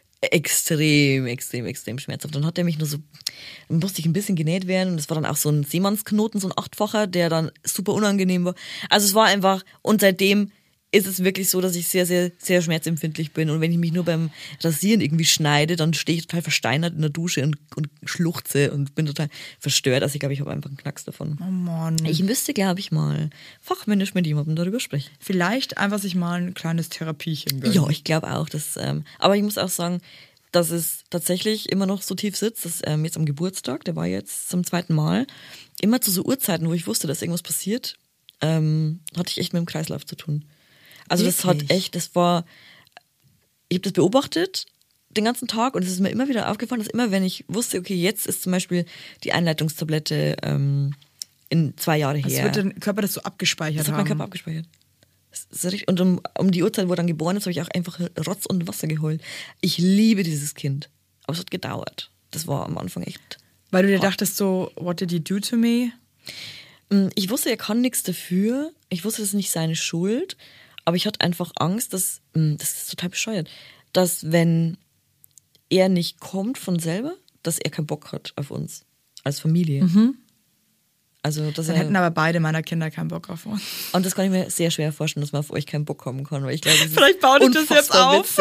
extrem, extrem, extrem schmerzhaft. Dann hat er mich nur so, dann musste ich ein bisschen genäht werden und es war dann auch so ein Seemannsknoten, so ein achtfacher, der dann super unangenehm war. Also es war einfach, und seitdem ist es wirklich so, dass ich sehr, sehr, sehr schmerzempfindlich bin. Und wenn ich mich nur beim Rasieren irgendwie schneide, dann stehe ich total versteinert in der Dusche und, und schluchze und bin total verstört. Also ich glaube, ich habe einfach einen Knacks davon.
Oh Mann.
Ich müsste, glaube ich, mal fachmännisch mit jemandem darüber sprechen.
Vielleicht einfach sich mal ein kleines Therapiechen gönnen.
Ja, ich glaube auch. Dass, ähm, aber ich muss auch sagen, dass es tatsächlich immer noch so tief sitzt, dass ähm, jetzt am Geburtstag, der war jetzt zum zweiten Mal, immer zu so Uhrzeiten, wo ich wusste, dass irgendwas passiert, ähm, hatte ich echt mit dem Kreislauf zu tun. Also das Wirklich? hat echt, das war, ich habe das beobachtet den ganzen Tag und es ist mir immer wieder aufgefallen, dass immer, wenn ich wusste, okay, jetzt ist zum Beispiel die Einleitungstablette ähm, in zwei Jahre her.
Also wird dein Körper das so abgespeichert
Das hat
haben.
mein Körper abgespeichert. Das ist richtig. Und um, um die Uhrzeit, wo er dann geboren ist, habe ich auch einfach Rotz und Wasser geheult. Ich liebe dieses Kind. Aber es hat gedauert. Das war am Anfang echt
Weil du dir
hart.
dachtest so, what did you do to me?
Ich wusste, er kann nichts dafür. Ich wusste, das ist nicht seine Schuld. Aber ich hatte einfach Angst, dass, das ist total bescheuert, dass wenn er nicht kommt von selber, dass er keinen Bock hat auf uns als Familie.
Mhm.
Also, dass
Dann
er,
hätten aber beide meiner Kinder keinen Bock auf uns.
Und das kann ich mir sehr schwer vorstellen, dass man auf euch keinen Bock haben kann. Weil ich glaube, das
Vielleicht baut ich das jetzt auf.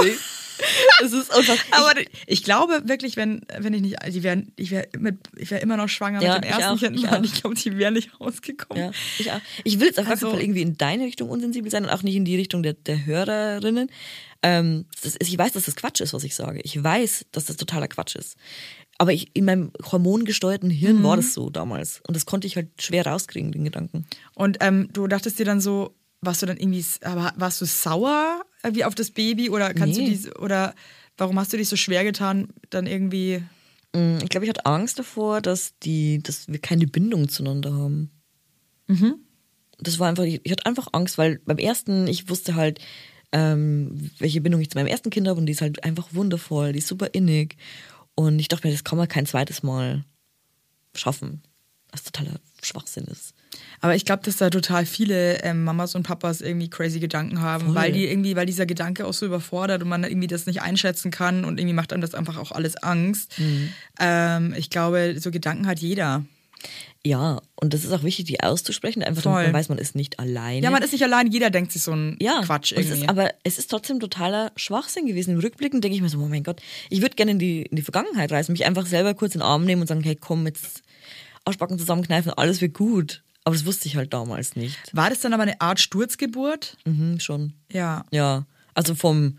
Es ist unfassbar.
Aber ich, ich glaube wirklich, wenn, wenn ich nicht, die wären, ich wäre wär immer noch schwanger
ja,
mit dem ersten
ich
Kind.
Ich,
ich glaube, die wären nicht rausgekommen.
Ja, ich, auch. Ich will jetzt auf
also,
jeden Fall irgendwie in deine Richtung unsensibel sein und auch nicht in die Richtung der, der Hörerinnen. Ähm, das ist, ich weiß, dass das Quatsch ist, was ich sage. Ich weiß, dass das totaler Quatsch ist. Aber ich, in meinem hormongesteuerten Hirn mhm. war das so damals. Und das konnte ich halt schwer rauskriegen, den Gedanken.
Und ähm, du dachtest dir dann so, warst du dann irgendwie, warst du sauer wie auf das Baby? Oder kannst
nee.
du die, oder warum hast du dich so schwer getan, dann irgendwie?
Ich glaube, ich hatte Angst davor, dass, die, dass wir keine Bindung zueinander haben.
Mhm.
Das war einfach, ich hatte einfach Angst, weil beim ersten, ich wusste halt, ähm, welche Bindung ich zu meinem ersten Kind habe und die ist halt einfach wundervoll, die ist super innig. Und ich dachte mir, das kann man kein zweites Mal schaffen. Das ist totaler Schwachsinn ist.
Aber ich glaube, dass da total viele ähm, Mamas und Papas irgendwie crazy Gedanken haben,
Voll.
weil die irgendwie, weil dieser Gedanke auch so überfordert und man irgendwie das nicht einschätzen kann und irgendwie macht einem das einfach auch alles Angst.
Mhm.
Ähm, ich glaube, so Gedanken hat jeder.
Ja, und das ist auch wichtig, die auszusprechen, einfach
Voll.
damit man weiß, man ist nicht alleine.
Ja, man ist nicht allein, jeder denkt sich so einen
ja,
Quatsch
und es
irgendwie.
ist, aber es ist trotzdem totaler Schwachsinn gewesen. Im Rückblicken denke ich mir so, oh mein Gott, ich würde gerne in die, in die Vergangenheit reisen, mich einfach selber kurz in den Arm nehmen und sagen, hey komm, jetzt Arschbacken zusammenkneifen, alles wird gut. Aber das wusste ich halt damals nicht.
War das dann aber eine Art Sturzgeburt?
Mhm, schon.
Ja.
Ja, also vom,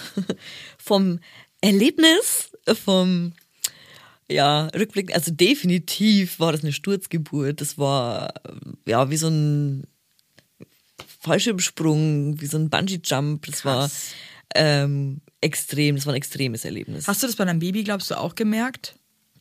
vom Erlebnis, vom ja, rückblickend, also definitiv war das eine Sturzgeburt. Das war ja wie so ein Fallschirmsprung, wie so ein Bungee-Jump. Das
Krass.
war ähm, extrem, das war ein extremes Erlebnis.
Hast du das bei deinem Baby, glaubst du, auch gemerkt?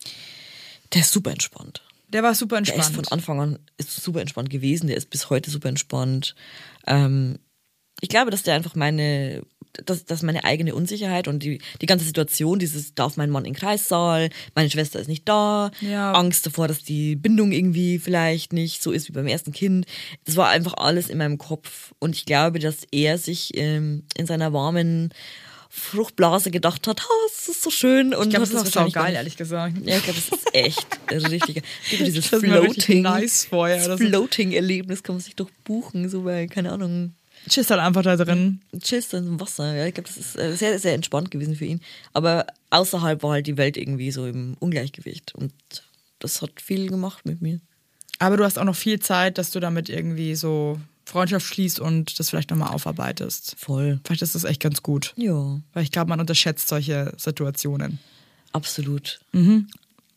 Der ist super entspannt.
Der war super
Der
entspannt.
ist von Anfang an ist super entspannt gewesen, der ist bis heute super entspannt. Ähm, ich glaube, dass der einfach meine, dass, dass meine eigene Unsicherheit und die, die ganze Situation, dieses, darf mein Mann in den Kreissaal, meine Schwester ist nicht da,
Ja.
Angst davor, dass die Bindung irgendwie vielleicht nicht so ist wie beim ersten Kind. Das war einfach alles in meinem Kopf. Und ich glaube, dass er sich ähm, in seiner warmen Fruchtblase gedacht hat, oh, es ist so schön. Und
ich glaube,
hat
das ist auch
wahrscheinlich
saugeil,
gar nicht-
ehrlich gesagt.
Ja, ich glaube, das ist echt richtig. Es gibt ja dieses
stell mir wirklich
Floating,
nice vor, ja,
das
das ist-
Floating-Erlebnis kann man sich doch buchen, so bei, keine Ahnung,
Tschüss halt einfach da drin.
chillst dann im Wasser. Ja, ich glaube, das ist äh, sehr, sehr entspannt gewesen für ihn. Aber außerhalb war halt die Welt irgendwie so im Ungleichgewicht. Und das hat viel gemacht mit mir.
Aber du hast auch noch viel Zeit, dass du damit irgendwie so Freundschaft schließt und das vielleicht nochmal aufarbeitest.
Voll.
Vielleicht ist das echt ganz gut.
Ja,
Weil ich glaube, man unterschätzt solche Situationen.
absolut.
Mhm.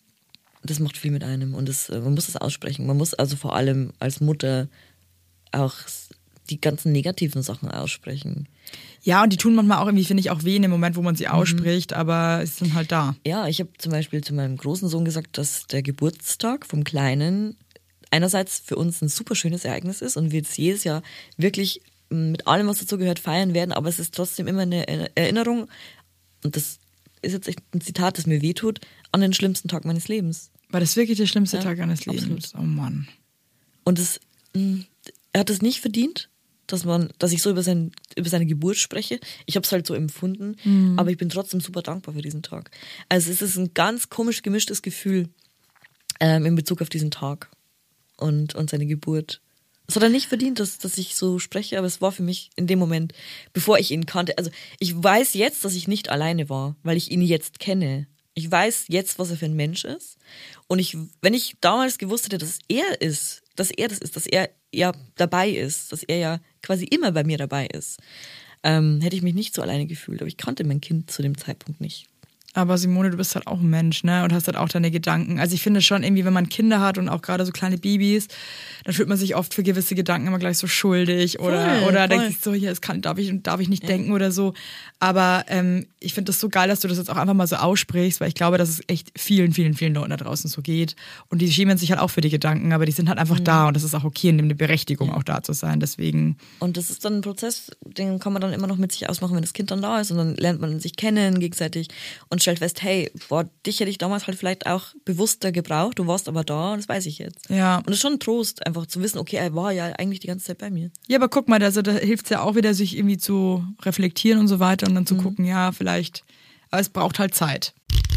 Das macht viel mit einem. Und das, äh, man muss das aussprechen. Man muss also vor allem als Mutter auch die ganzen negativen Sachen aussprechen.
Ja, und die tun manchmal auch irgendwie, finde ich, auch weh in dem Moment, wo man sie ausspricht, aber sie sind halt da.
Ja, ich habe zum Beispiel zu meinem großen Sohn gesagt, dass der Geburtstag vom Kleinen einerseits für uns ein super schönes Ereignis ist und wir es jedes Jahr wirklich mit allem, was dazu gehört, feiern werden, aber es ist trotzdem immer eine Erinnerung, und das ist jetzt echt ein Zitat, das mir wehtut, an den schlimmsten Tag meines Lebens.
War das wirklich der schlimmste
Ja,
Tag eines Lebens?
absolut.
Oh Mann.
Und es, mh, er hat es nicht verdient, dass man, dass ich so über, sein, über seine Geburt spreche. Ich habe es halt so empfunden, aber ich bin trotzdem super dankbar für diesen Tag. Also es ist ein ganz komisch gemischtes Gefühl ähm, in Bezug auf diesen Tag und, und seine Geburt. Es hat er nicht verdient, dass, dass ich so spreche, aber es war für mich in dem Moment, bevor ich ihn kannte. Also ich weiß jetzt, dass ich nicht alleine war, weil ich ihn jetzt kenne. Ich weiß jetzt, was er für ein Mensch ist. Und ich, wenn ich damals gewusst hätte, dass er ist, dass er das ist, dass er ja dabei ist, dass er ja quasi immer bei mir dabei ist, ähm, hätte ich mich nicht so alleine gefühlt. Aber ich kannte mein Kind zu dem Zeitpunkt nicht.
Aber Simone, du bist halt auch ein Mensch, ne? Und hast halt auch deine Gedanken. Also ich finde schon irgendwie, wenn man Kinder hat und auch gerade so kleine Babys, dann fühlt man sich oft für gewisse Gedanken immer gleich so schuldig oder,
Voll,
oder
voll.
denkt sich so, hier, das kann, darf ich, darf ich nicht denken oder so. Aber ähm, ich finde das so geil, dass du das jetzt auch einfach mal so aussprichst, weil ich glaube, dass es echt vielen, vielen, vielen Leuten da draußen so geht. Und die schämen sich halt auch für die Gedanken, aber die sind halt einfach da und das ist auch okay, in dem eine Berechtigung auch da zu sein. Deswegen.
Und das ist dann ein Prozess, den kann man dann immer noch mit sich ausmachen, wenn das Kind dann da ist. Und dann lernt man sich kennen gegenseitig und stellt fest, hey, boah, dich hätte ich damals halt vielleicht auch bewusster gebraucht, du warst aber da, das weiß ich jetzt.
Ja.
Und es ist schon ein Trost, einfach zu wissen, okay, er war ja eigentlich die ganze Zeit bei mir.
Ja, aber guck mal, also da hilft es ja auch wieder, sich irgendwie zu reflektieren und so weiter und dann zu gucken, ja, vielleicht, aber es braucht halt Zeit.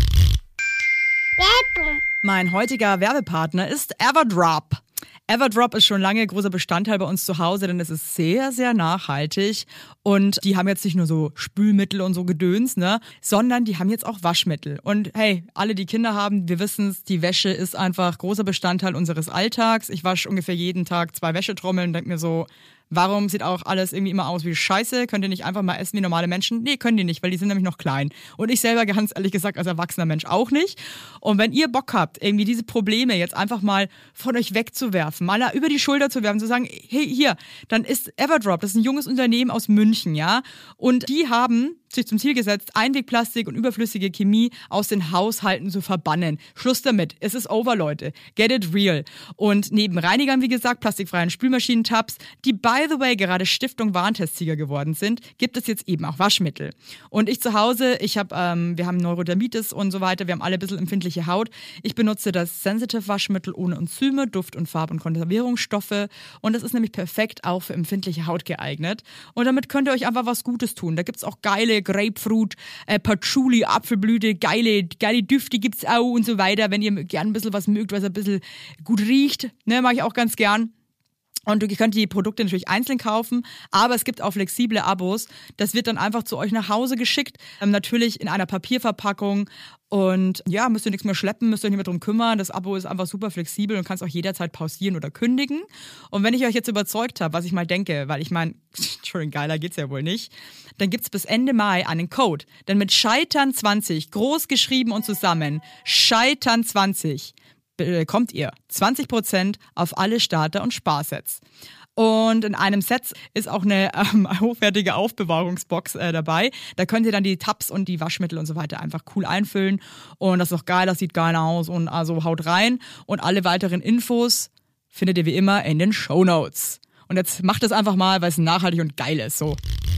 Werbung.
Mein heutiger Werbepartner ist Everdrop. Everdrop ist schon lange großer Bestandteil bei uns zu Hause, denn es ist sehr, sehr nachhaltig. Und die haben jetzt nicht nur so Spülmittel und so Gedöns, ne, sondern die haben jetzt auch Waschmittel. Und hey, alle, die Kinder haben, wir wissen es, die Wäsche ist einfach großer Bestandteil unseres Alltags. Ich wasche ungefähr jeden Tag zwei Wäschetrommeln und denke mir so, warum sieht auch alles irgendwie immer aus wie Scheiße? Könnt ihr nicht einfach mal essen wie normale Menschen? Nee, können die nicht, weil die sind nämlich noch klein. Und ich selber, ganz ehrlich gesagt, als erwachsener Mensch auch nicht. Und wenn ihr Bock habt, irgendwie diese Probleme jetzt einfach mal von euch wegzuwerfen, mal über die Schulter zu werfen, zu sagen, hey, hier, dann ist Everdrop, das ist ein junges Unternehmen aus München, ja? Und die haben sich zum Ziel gesetzt, Einwegplastik und überflüssige Chemie aus den Haushalten zu verbannen. Schluss damit. Es ist over, Leute. Get it real. Und neben Reinigern, wie gesagt, plastikfreien Spülmaschinentabs, die by the way gerade Stiftung Warentestsieger geworden sind, gibt es jetzt eben auch Waschmittel. Und ich zu Hause, ich habe, ähm, wir haben Neurodermitis und so weiter, wir haben alle ein bisschen empfindliche Haut. Ich benutze das Sensitive Waschmittel ohne Enzyme, Duft- und Farb- und Konservierungsstoffe. Und das ist nämlich perfekt auch für empfindliche Haut geeignet. Und damit könnt ihr euch einfach was Gutes tun. Da gibt es auch geile Grapefruit, äh, Patchouli, Apfelblüte, geile, geile Düfte gibt's auch und so weiter. Wenn ihr gern ein bisschen was mögt, was ein bisschen gut riecht, ne, mag ich auch ganz gern. Und ihr könnt die Produkte natürlich einzeln kaufen, aber es gibt auch flexible Abos. Das wird dann einfach zu euch nach Hause geschickt, ähm, natürlich in einer Papierverpackung. Und ja, müsst ihr nichts mehr schleppen, müsst ihr euch nicht mehr drum kümmern. Das Abo ist einfach super flexibel und kannst auch jederzeit pausieren oder kündigen. Und wenn ich euch jetzt überzeugt habe, was ich mal denke, weil ich meine, Entschuldigung, geiler geht's ja wohl nicht, dann gibt's bis Ende Mai einen Code. Denn mit Scheitern zwanzig, groß geschrieben und zusammen, Scheitern zwanzig, bekommt ihr zwanzig Prozent auf alle Starter- und Sparsets. Und in einem Set ist auch eine ähm, hochwertige Aufbewahrungsbox äh, dabei. Da könnt ihr dann die Tabs und die Waschmittel und so weiter einfach cool einfüllen. Und das ist auch geil, das sieht geil aus und also haut rein. Und alle weiteren Infos findet ihr wie immer in den Shownotes. Und jetzt macht es einfach mal, weil es nachhaltig und geil ist. So.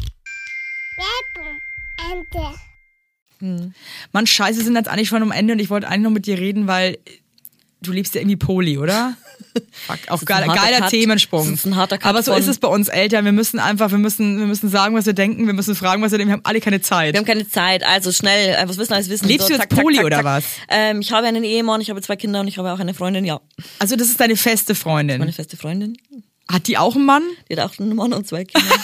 Ente.
Hm. Mann, scheiße, sind jetzt eigentlich schon am Ende und ich wollte eigentlich noch mit dir reden, weil du liebst ja irgendwie Poli, oder? Fuck, auch geiler, geiler
Cut.
Themensprung.
Das ist ein harter Cut.
Aber so ist es bei uns Eltern. Wir müssen einfach, wir müssen, wir müssen sagen, was wir denken. Wir müssen fragen, was wir denken. Wir haben alle keine Zeit.
Wir haben keine Zeit, also schnell, äh, was wissen, alles wissen.
Lebst
so,
du jetzt
zack,
Poli
zack, zack,
oder
zack.
was?
Ähm, ich habe einen Ehemann, ich habe zwei Kinder und ich habe auch eine Freundin, ja.
Also das ist deine feste Freundin.
Meine feste Freundin.
Hat die auch einen Mann?
Die hat auch einen Mann und zwei Kinder.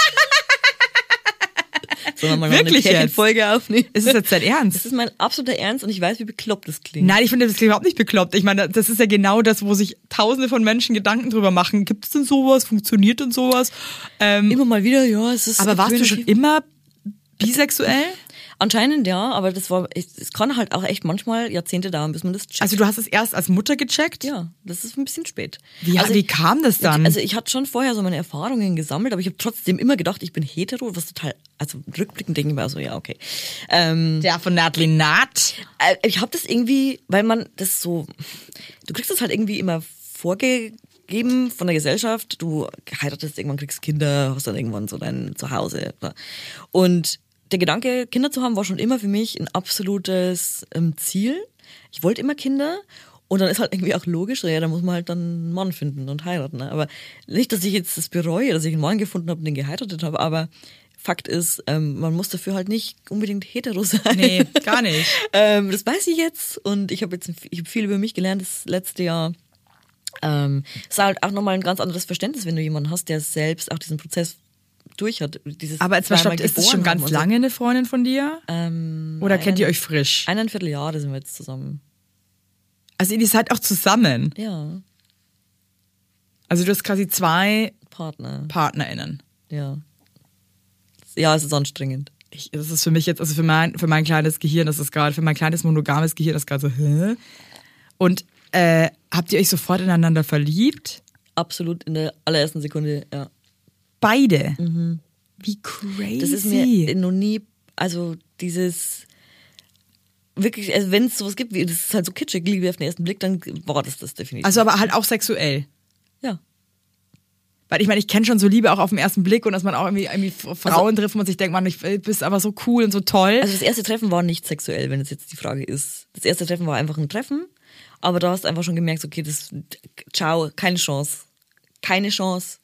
Sollen wir mal noch
Wirklich
eine
jetzt?
Pärchenfolge aufnehmen?
Ist es jetzt dein Ernst?
Das ist mein absoluter Ernst und ich weiß, wie bekloppt das klingt.
Nein, ich finde das klingt überhaupt nicht bekloppt. Ich meine, das ist ja genau das, wo sich tausende von Menschen Gedanken drüber machen. Gibt es denn sowas? Funktioniert denn sowas? Ähm,
Immer mal wieder, ja. Es ist
aber warst du schon immer bisexuell?
Anscheinend ja, aber das war, es kann halt auch echt manchmal Jahrzehnte dauern, bis man das checkt.
Also du hast es erst als Mutter gecheckt?
Ja, das ist ein bisschen spät.
Wie,
also,
wie kam das dann?
Also ich hatte schon vorher so meine Erfahrungen gesammelt, aber ich habe trotzdem immer gedacht, ich bin hetero, was total, also rückblickend denke ich mir so, ja, okay. Ähm,
Der von Natalie Naht.
äh, ich habe das irgendwie, weil man das so, du kriegst das halt irgendwie immer vorgegeben von der Gesellschaft, du heiratest, irgendwann kriegst Kinder, hast dann irgendwann so dein Zuhause. Und der Gedanke, Kinder zu haben, war schon immer für mich ein absolutes ähm, Ziel. Ich wollte immer Kinder und dann ist halt irgendwie auch logisch, ja, da muss man halt dann einen Mann finden und heiraten. Ne? Aber nicht, dass ich jetzt das bereue, dass ich einen Mann gefunden habe und den geheiratet habe, aber Fakt ist, ähm, man muss dafür halt nicht unbedingt hetero sein.
Nee, gar nicht.
ähm, das weiß ich jetzt und ich habe jetzt ich hab viel über mich gelernt das letzte Jahr. Ähm, es ist halt auch nochmal ein ganz anderes Verständnis, wenn du jemanden hast, der selbst auch diesen Prozess durch hat. Dieses
Aber jetzt mal stopp, ist das schon ganz lange eine Freundin von dir?
Ähm,
Oder kennt ihr
einen-
euch frisch?
Eineinviertel Jahre sind wir jetzt zusammen.
Also ihr seid auch zusammen.
Ja,
Also du hast quasi zwei
Partner.
PartnerInnen.
Ja. Ja, es ist anstrengend.
Ich, das ist für mich jetzt, also für mein, für mein kleines Gehirn, das ist gerade, für mein kleines monogames Gehirn, das ist gerade so, hä? Und äh, habt ihr euch sofort ineinander verliebt?
Absolut in der allerersten Sekunde, ja.
Beide? Wie crazy.
Das ist mir noch nie, also dieses, wirklich, also wenn es sowas gibt, wie, das ist halt so kitschig, Liebe auf den ersten Blick, dann war das das definitiv.
Also aber halt auch sexuell.
ja.
Weil ich meine, ich kenne schon so Liebe auch auf den ersten Blick und dass man auch irgendwie, irgendwie Frauen
Also-
trifft und sich denkt, man, ich bist aber so cool und so toll.
Also das erste Treffen war nicht sexuell, wenn es jetzt die Frage ist. Das erste Treffen war einfach ein Treffen, aber da hast du einfach schon gemerkt, okay, das, ciao, keine Chance. Keine Chance.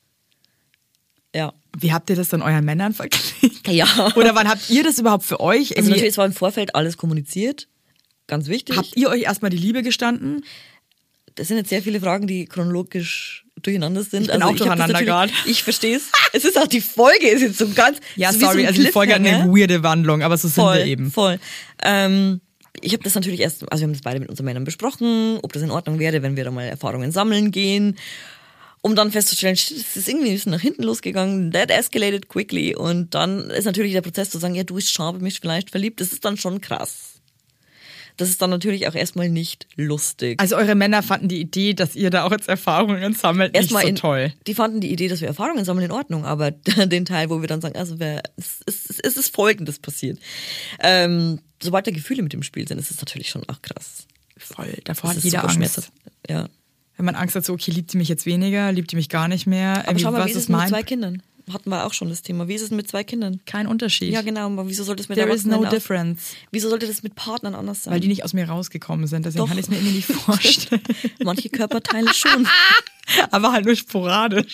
Ja.
Wie habt ihr das dann euren Männern verklickt?
Ja.
Oder wann habt ihr das überhaupt für euch?
Also
Irgendwie-
natürlich, es war im Vorfeld alles kommuniziert. Ganz wichtig.
Habt ihr euch erstmal die Liebe gestanden?
Das sind jetzt sehr viele Fragen, die chronologisch durcheinander sind.
Ich bin
also
auch
ich hab das
durcheinander
natürlich-
gerade.
Ich verstehe es. Es ist auch die Folge, ist jetzt so ganz.
Ja,
so wie
sorry,
so ein
also die Folge hat eine
Cliffhanger.
weirde Wandlung, aber so sind
voll,
wir eben.
Voll. Ähm, ich habe das natürlich erst, also wir haben das beide mit unseren Männern besprochen, ob das in Ordnung wäre, wenn wir da mal Erfahrungen sammeln gehen. Um dann festzustellen, shit, es ist irgendwie ein bisschen nach hinten losgegangen, that escalated quickly. Und dann ist natürlich der Prozess zu sagen, ja, du bist schade, mich vielleicht verliebt, das ist dann schon krass. das ist dann natürlich auch erstmal nicht lustig.
Also eure Männer fanden die Idee, dass ihr da auch jetzt Erfahrungen sammelt,
Erstmal
nicht so
in,
toll.
Die fanden die Idee, dass wir Erfahrungen sammeln, in Ordnung, aber den Teil, wo wir dann sagen, also wer, es, es, es ist Folgendes passiert. Ähm, sobald da Gefühle mit dem Spiel sind, ist es natürlich schon auch krass.
Voll, davor
Das
hat
ist
jeder
super
Angst.
schmerzhaft. Ja.
Wenn man Angst hat, so, okay, liebt die mich jetzt weniger, liebt die mich gar nicht mehr.
Aber
Irgendwie,
schau mal,
was
wie ist es
ist
mit
mein?
zwei Kindern? Hatten wir auch schon das Thema. Wie ist es mit zwei Kindern?
Kein Unterschied.
Ja, genau. Aber wieso sollte es mit
There is
Erwachsenen
no
auch-
difference.
Wieso sollte das mit Partnern anders sein?
Weil die nicht aus mir rausgekommen sind, deswegen
Doch.
kann ich es mir irgendwie nicht vorstellen.
Manche Körperteile schon.
Aber halt nur sporadisch.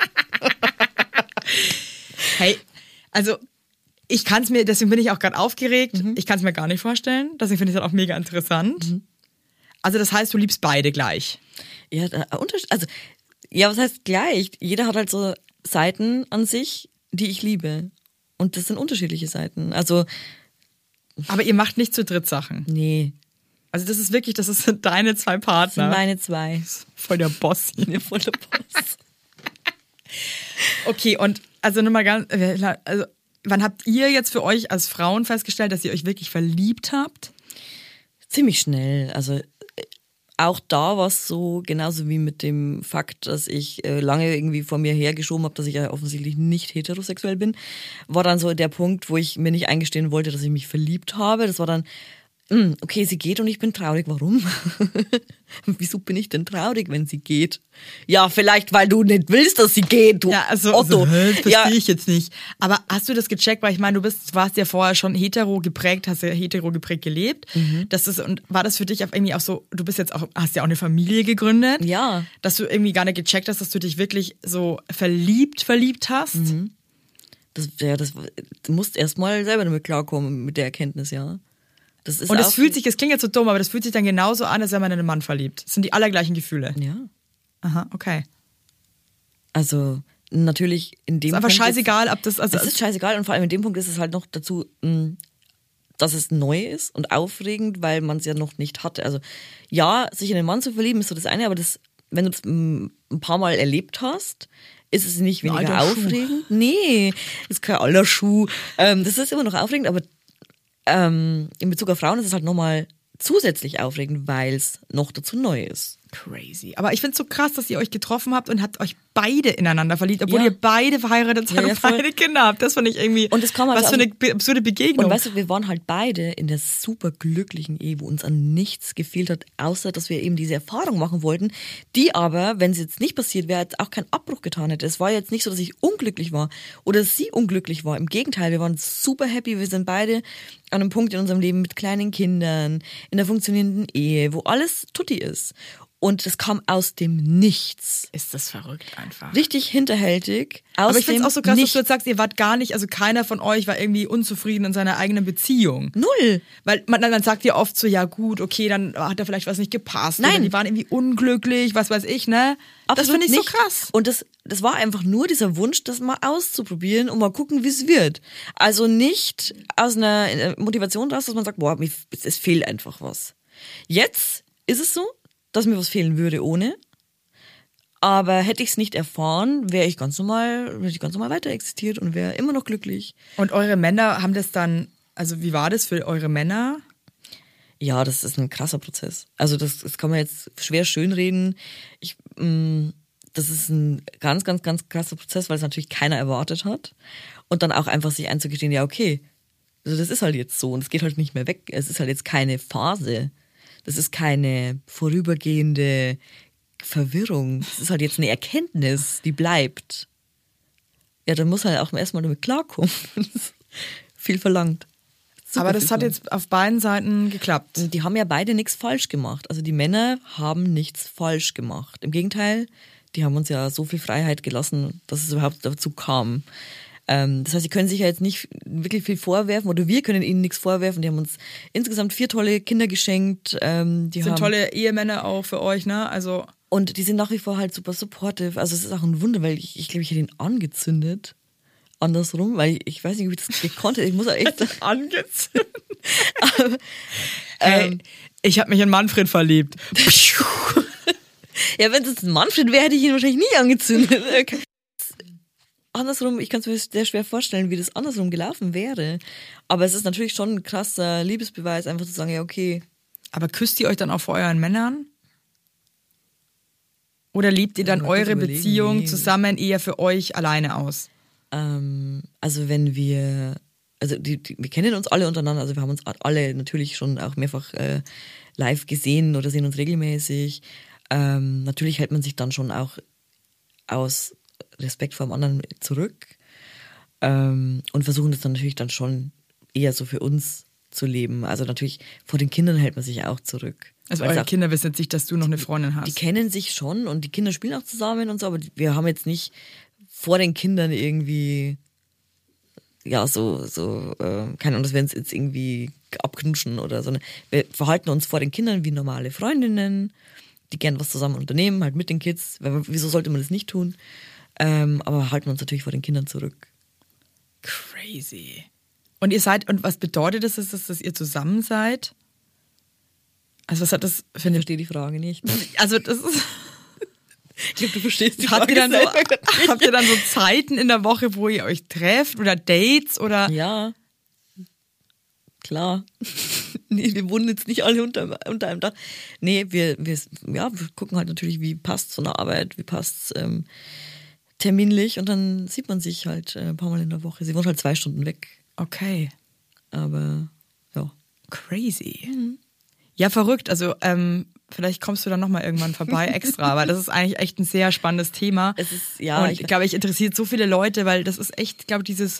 Hey, also ich kann es mir, deswegen bin ich auch gerade aufgeregt,
Mhm.
ich kann es mir gar nicht vorstellen, deswegen finde ich es halt auch mega interessant.
Mhm.
Also das heißt, du liebst beide gleich.
Ja, da- Unterschied. Also, ja, was heißt gleich? Jeder hat halt so Seiten an sich, die ich liebe. Und das sind unterschiedliche Seiten. Also,
Aber ihr macht nicht zu dritt Sachen.
nee,
Also das ist wirklich, das sind deine zwei
das sind
Partner.
meine zwei.
Voll der Boss.
Mir voll der Boss.
Okay, und also nur mal ganz, also wann habt ihr jetzt für euch als Frauen festgestellt, dass ihr euch wirklich verliebt habt?
Ziemlich schnell. Also, äh, auch da war es so, genauso wie mit dem Fakt, dass ich äh, lange irgendwie vor mir hergeschoben habe, dass ich ja offensichtlich nicht heterosexuell bin, war dann so der Punkt, wo ich mir nicht eingestehen wollte, dass ich mich verliebt habe. Das war dann, mh, okay, sie geht und ich bin traurig. Warum? Wieso bin ich denn traurig, wenn sie geht? Ja, vielleicht, weil du nicht willst, dass sie geht, du
Ja, also,
Otto.
also hä, das verstehe
Ja,
ich jetzt nicht. Aber hast du das gecheckt? Weil ich meine, du bist, warst ja vorher schon hetero geprägt, hast ja hetero geprägt gelebt.
Mhm.
Das ist, und war das für dich auch irgendwie auch so, du bist jetzt auch, hast ja auch eine Familie gegründet.
Ja.
Dass du irgendwie gar nicht gecheckt hast, dass du dich wirklich so verliebt, verliebt hast.
Mhm. das, ja, das, du musst erst mal selber damit klarkommen, mit der Erkenntnis, ja. Das ist
Und es
auch-
fühlt sich, das klingt jetzt so dumm, aber das fühlt sich dann genauso an, als wenn man in einen Mann verliebt. Das sind die allergleichen Gefühle.
Ja.
Aha, okay.
Also natürlich in dem
Ist einfach
Punkt
scheißegal, ob das, also
Es ist scheißegal und vor allem in dem Punkt ist es halt noch dazu, mh, dass es neu ist und aufregend, weil man es ja noch nicht hatte. Also ja, sich in einen Mann zu verlieben ist so das eine, aber das, wenn du das mh, ein paar Mal erlebt hast, ist es nicht
Ein
weniger
alter Schuh.
aufregend. Nee, ist kein alter Schuh. Ähm, das ist immer noch aufregend, aber ähm, in Bezug auf Frauen ist es halt nochmal zusätzlich aufregend, weil es noch dazu neu ist.
crazy. Aber ich finde es so krass, dass ihr euch getroffen habt und habt euch beide ineinander verliebt, obwohl
Ja.
ihr beide verheiratet seid
Ja, ja,
und
voll.
beide Kinder habt. Das fand ich irgendwie,
Und es kam halt
was für
aus-
eine be- absurde Begegnung.
Und weißt du, wir waren halt beide in der super glücklichen Ehe, wo uns an nichts gefehlt hat, außer dass wir eben diese Erfahrung machen wollten, die aber, wenn es jetzt nicht passiert wäre, jetzt auch keinen Abbruch getan hätte. Es war jetzt nicht so, dass ich unglücklich war oder dass sie unglücklich war. Im Gegenteil, wir waren super happy. Wir sind beide an einem Punkt in unserem Leben mit kleinen Kindern, in einer funktionierenden Ehe, wo alles tutti ist. Und es kam aus dem Nichts.
ist das verrückt einfach.
Richtig hinterhältig. Aus
Aber ich finde es
dem
auch so krass,
Nichts.
dass du jetzt sagst, ihr wart gar nicht, also keiner von euch war irgendwie unzufrieden in seiner eigenen Beziehung.
Null.
Weil man, man sagt ja oft so, ja gut, okay, dann hat da vielleicht was nicht gepasst.
Nein.
Oder die waren irgendwie unglücklich, was weiß ich, ne? Das
Absolut
finde ich
nicht.
so krass.
Und das, das war einfach nur dieser Wunsch, das mal auszuprobieren und mal gucken, wie es wird. Also nicht aus einer äh, Motivation raus, dass man sagt, boah, mir, es fehlt einfach was. Jetzt ist es so, dass mir was fehlen würde ohne. Aber hätte ich es nicht erfahren, wäre ich ganz normal, wäre ich ganz normal weiter existiert und wäre immer noch glücklich.
Und eure Männer haben das dann, also wie war das für eure Männer?
Ja, das ist ein krasser Prozess. Also das, das kann man jetzt schwer schönreden. Ich, mh, das ist ein ganz, ganz, ganz krasser Prozess, weil es natürlich keiner erwartet hat. Und dann auch einfach sich einzugestehen, ja okay, also das ist halt jetzt so und es geht halt nicht mehr weg. Es ist halt jetzt keine Phase. Das ist keine vorübergehende Verwirrung. Das ist halt jetzt eine Erkenntnis, die bleibt. Ja, dann muss halt auch erstmal damit klarkommen. Viel verlangt. Super
Aber das
viel
hat
verlangt.
jetzt auf beiden Seiten geklappt.
Die haben ja beide nichts falsch gemacht. Also die Männer haben nichts falsch gemacht. Im Gegenteil, die haben uns ja so viel Freiheit gelassen, dass es überhaupt dazu kam. Ähm, das heißt, sie können sich ja jetzt nicht wirklich viel vorwerfen oder wir können ihnen nichts vorwerfen. Die haben uns insgesamt vier tolle Kinder geschenkt. Ähm, die
Sind
haben,
tolle Ehemänner auch für euch, ne? Also
Und die sind nach wie vor halt super supportive. Also es ist auch ein Wunder, weil ich, ich glaube, ich hätte ihn angezündet. Andersrum, weil ich, ich weiß nicht, wie ich das gekonnt hätte. Ich muss auch echt
angezündet. Hey, ich habe mich in Manfred verliebt.
Ja, wenn es ein Manfred wäre, hätte ich ihn wahrscheinlich nie angezündet. Andersrum, ich kann es mir sehr schwer vorstellen, wie das andersrum gelaufen wäre. Aber es ist natürlich schon ein krasser Liebesbeweis, einfach zu sagen, ja okay,
Aber küsst ihr euch dann auch vor euren Männern? Oder lebt ihr dann
Ja,
eure
überlegen,
Beziehung
nee.
zusammen eher für euch alleine aus?
Ähm, also wenn wir, also die, die, wir kennen uns alle untereinander, also wir haben uns alle natürlich schon auch mehrfach äh, live gesehen oder sehen uns regelmäßig. Ähm, natürlich hält man sich dann schon auch aus Respekt vor dem anderen zurück ähm, und versuchen das dann natürlich dann schon eher so für uns zu leben. Also natürlich vor den Kindern hält man sich auch zurück.
Also
Weil es
eure
auch-
Kinder wissen jetzt nicht, dass du noch eine Freundin hast.
Die kennen sich schon und die Kinder spielen auch zusammen und so, aber wir haben jetzt nicht vor den Kindern irgendwie, ja, so, so, äh, keine Ahnung, dass wir uns jetzt irgendwie abknutschen oder so. Wir verhalten uns vor den Kindern wie normale Freundinnen, die gern was zusammen unternehmen, halt mit den Kids. Weil, wieso sollte man das nicht tun? Ähm, aber halten uns natürlich vor den Kindern zurück.
Crazy. Und ihr seid, und was bedeutet das, dass, dass ihr zusammen seid? Also was hat das für
Ich
eine...
verstehe die Frage nicht.
Also das ist...
Ich glaube, du verstehst die
Habt
Frage
ihr, dann so,
selber.
habt ihr dann so Zeiten in der Woche, wo ihr euch trefft oder Dates oder...
Ja, klar. Nee, wir wohnen jetzt nicht alle unter, unter einem Dach. Nee, wir, wir, ja, wir gucken halt natürlich, wie passt's von der Arbeit, wie passt's ähm, terminlich und dann sieht man sich halt äh, ein paar Mal in der Woche. Sie wohnt halt zwei Stunden weg,
Okay,
aber ja.
crazy. Ja, verrückt. Also ähm, vielleicht kommst du dann nochmal irgendwann vorbei extra, weil das ist eigentlich echt ein sehr spannendes Thema.
Es ist, ja,
Und
ich-
ich glaube, ich interessiert so viele Leute, weil das ist echt, glaube dieses...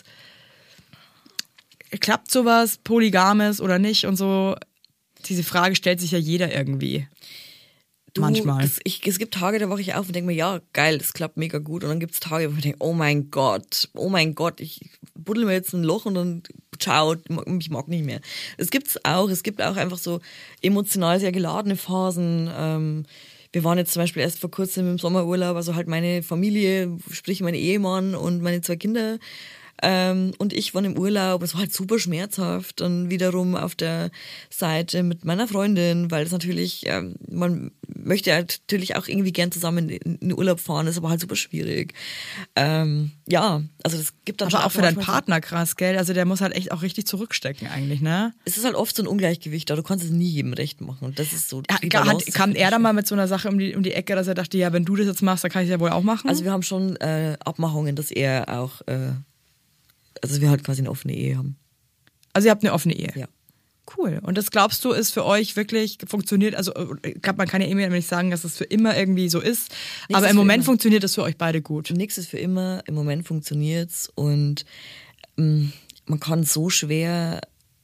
Klappt sowas, Polygames oder nicht und so? Diese Frage stellt sich ja jeder irgendwie.
Du,
Manchmal.
Das, ich, es gibt Tage, da wache ich auf und denke mir, ja, geil, das klappt mega gut. Und dann gibt es Tage, wo ich denke, oh mein Gott, oh mein Gott, ich buddel mir jetzt ein Loch und dann ciao, ich mag nicht mehr. Es gibt's auch, es gibt auch einfach so emotional sehr geladene Phasen. Ähm, wir waren jetzt zum Beispiel erst vor kurzem im Sommerurlaub, also halt meine Familie, sprich mein Ehemann und meine zwei Kinder. Ähm, und ich war im Urlaub, es war halt super schmerzhaft. Dann wiederum auf der Seite mit meiner Freundin, weil es natürlich, ähm, man möchte halt natürlich auch irgendwie gern zusammen in, in den Urlaub fahren, ist aber halt super schwierig. Ähm, ja, also das gibt dann schon
Aber auch für deinen
manchmal so-
Partner krass, gell? Also der muss halt echt auch richtig zurückstecken eigentlich, ne?
Es ist halt oft so ein Ungleichgewicht, aber du kannst es nie jedem recht machen. Und das ist so die
Hat,
Balance
hat, kam
finde
er
ich
dann
schon.
mal mit so einer Sache um die, um die Ecke, dass er dachte, ja, wenn du das jetzt machst, dann kann ich es ja wohl auch machen?
Also wir haben schon äh, Abmachungen, dass er auch, äh, also wir halt quasi eine offene Ehe haben.
Also ihr habt eine offene Ehe?
Ja.
Cool. Und das glaubst du, ist für euch wirklich funktioniert? Also ich glaube, man kann ja immer nicht sagen, dass das für immer irgendwie so ist.
Nichts
aber
ist
im
für
Moment
immer.
funktioniert das für euch beide gut.
Nichts ist für immer, im Moment funktioniert's und ähm, man kann so schwer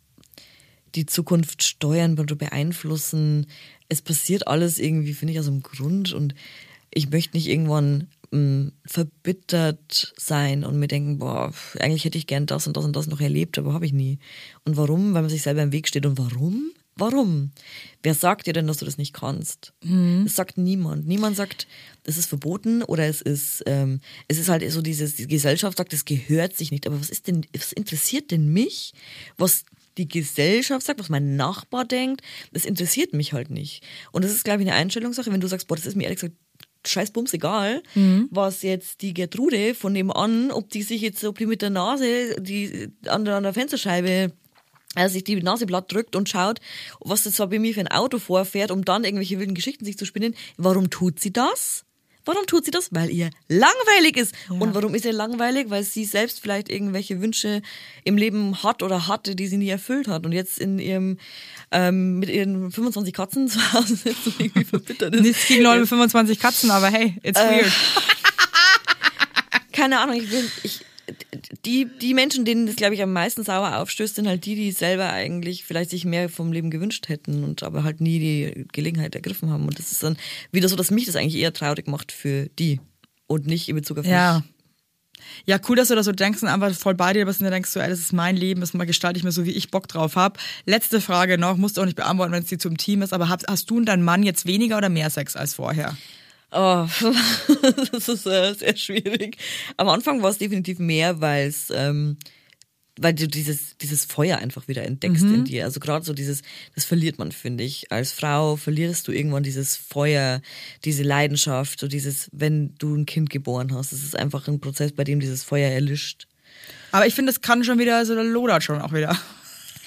die Zukunft steuern oder beeinflussen. Es passiert alles irgendwie, finde ich, aus einem Grund und ich möchte nicht irgendwann ähm, verbittert sein und mir denken, boah, eigentlich hätte ich gern das und das und das noch erlebt, aber habe ich nie. Und warum? Weil man sich selber im Weg steht. Und warum? Warum? Wer sagt dir denn, dass du das nicht kannst? Das sagt niemand. Niemand sagt, das ist verboten oder es ist, ähm, es ist halt so dieses, die Gesellschaft sagt, das gehört sich nicht. Aber was ist denn, was interessiert denn mich, was die Gesellschaft sagt, was mein Nachbar denkt? Das interessiert mich halt nicht. Und das ist, glaube ich, eine Einstellungssache, wenn du sagst, boah, das ist mir ehrlich gesagt scheiß Bums egal, was jetzt die Gertrude von nebenan, ob die sich jetzt, ob die mit der Nase die an der, an der Fensterscheibe also sich die Nase platt drückt und schaut, was das zwar bei mir für ein Auto vorfährt, um dann irgendwelche wilden Geschichten sich zu spinnen. Warum tut sie das? Warum tut sie das? Weil ihr langweilig ist.
Ja.
Und warum ist ihr langweilig? Weil sie selbst vielleicht irgendwelche Wünsche im Leben hat oder hatte, die sie nie erfüllt hat. Und jetzt in ihrem, ähm, mit ihren fünfundzwanzig Katzen zu Hause sitzt und irgendwie verbittert ist.
Nichts gegen Leute mit fünfundzwanzig Katzen, aber hey, it's
Äh,
weird.
Keine Ahnung, ich will, ich, die, die Menschen, denen das, glaube ich, am meisten sauer aufstößt, sind halt die, die selber eigentlich vielleicht sich mehr vom Leben gewünscht hätten und aber halt nie die Gelegenheit ergriffen haben. Und das ist dann wieder so, dass mich das eigentlich eher traurig macht für die und nicht in Bezug auf
Ja.
mich.
Ja, cool, dass du das so denkst und einfach voll bei dir bist und dann denkst du, ey, das ist mein Leben, das gestalte ich mir so, wie ich Bock drauf habe. Letzte Frage noch, musst du auch nicht beantworten, wenn es dir zum Team ist, aber hast, hast du und dein Mann jetzt weniger oder mehr Sex als vorher?
Oh, das ist äh, sehr schwierig. Am Anfang war es definitiv mehr, weil es, ähm, weil du dieses dieses Feuer einfach wieder entdeckst in dir. Also gerade so dieses, das verliert man, finde ich. Als Frau verlierst du irgendwann dieses Feuer, diese Leidenschaft, so dieses, wenn du ein Kind geboren hast. Das ist einfach ein Prozess, bei dem dieses Feuer erlischt.
Aber ich finde, es kann schon wieder, also da lodert schon auch wieder.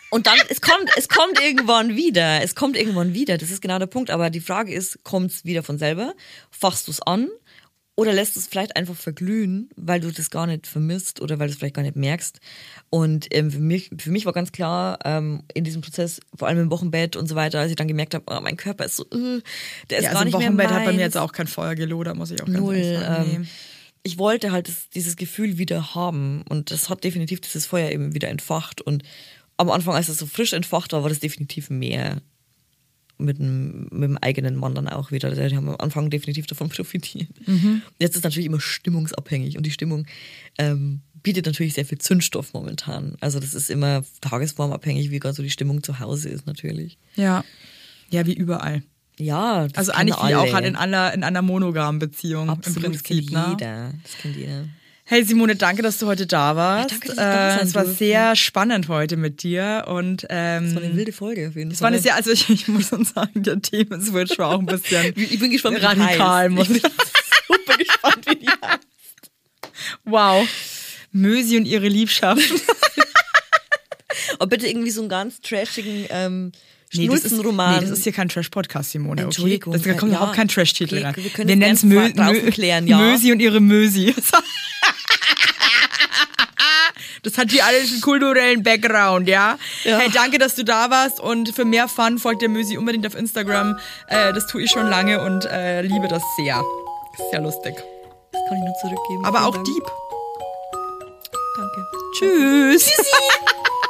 Und dann, es kommt, es kommt irgendwann wieder. Es kommt irgendwann wieder. Das ist genau der Punkt. Aber die Frage ist, kommt es wieder von selber? Fachst du es an? Oder lässt du es vielleicht einfach verglühen, weil du das gar nicht vermisst oder weil du es vielleicht gar nicht merkst? Und ähm, für mich, für mich war ganz klar, ähm, in diesem Prozess, vor allem im Wochenbett und so weiter, als ich dann gemerkt habe, oh, mein Körper ist so, uh, der ist
ja,
gar
also
nicht mehr
Wochenbett
meins.
hat bei mir jetzt auch kein Feuer gelodert, muss ich auch ganz
Null.
ehrlich sagen.
Ähm,
Nee.
Ich wollte halt das, dieses Gefühl wieder haben und das hat definitiv dieses Feuer eben wieder entfacht und am Anfang, als es so frisch entfacht war, war das definitiv mehr mit dem, mit dem eigenen Mann dann auch wieder. Die haben am Anfang definitiv davon profitiert. Mhm. Jetzt ist es natürlich immer stimmungsabhängig und die Stimmung ähm, bietet natürlich sehr viel Zündstoff momentan. Also das ist immer tagesformabhängig, wie gerade so die Stimmung zu Hause ist natürlich.
Ja, ja, wie überall.
Ja, das
Also
kennen
eigentlich wie
alle.
auch halt in einer, in einer monogamen Beziehung
Absolut,
im
das
Prinzip.
kennt
Ne?
jeder. Das kennt jeder.
Hey Simone, danke, dass du heute da warst.
Ja, danke, dass ich da sein
äh, es war
durfte.
sehr spannend heute mit dir und ähm,
Das war eine wilde Folge auf jeden
es war
Fall.
eine sehr, also ich, ich muss schon sagen, der Themenswitch war auch ein bisschen
Ich bin gespannt, wie die
radikal.
heißt.
Muss
Ich
ich
bin super gespannt, wie die heißt.
Wow, Mösi und ihre Liebschaft.
Aber bitte irgendwie so einen ganz trashigen ähm,
Nee, das ist,
Schnulzenroman.
nee, das ist hier kein Trash-Podcast, Simone, okay?
Entschuldigung.
Das, da kommt
Ja.
überhaupt kein Trash-Titel
Okay,
rein.
wir können
Wir
das
nennen es
gerne
Mö
draußen
Mö
klären, ja.
Mösi und ihre Mösi. Das hat hier alles einen kulturellen Background, ja?
Ja.
Hey, danke, dass du da warst und für mehr Fun folgt der Mösi unbedingt auf Instagram. Äh, das tue ich schon lange und äh, liebe das sehr. Ist sehr lustig.
Das kann ich nur zurückgeben.
Aber
Vielen
auch
Dank.
deep.
Danke.
Tschüss. Tschüssi.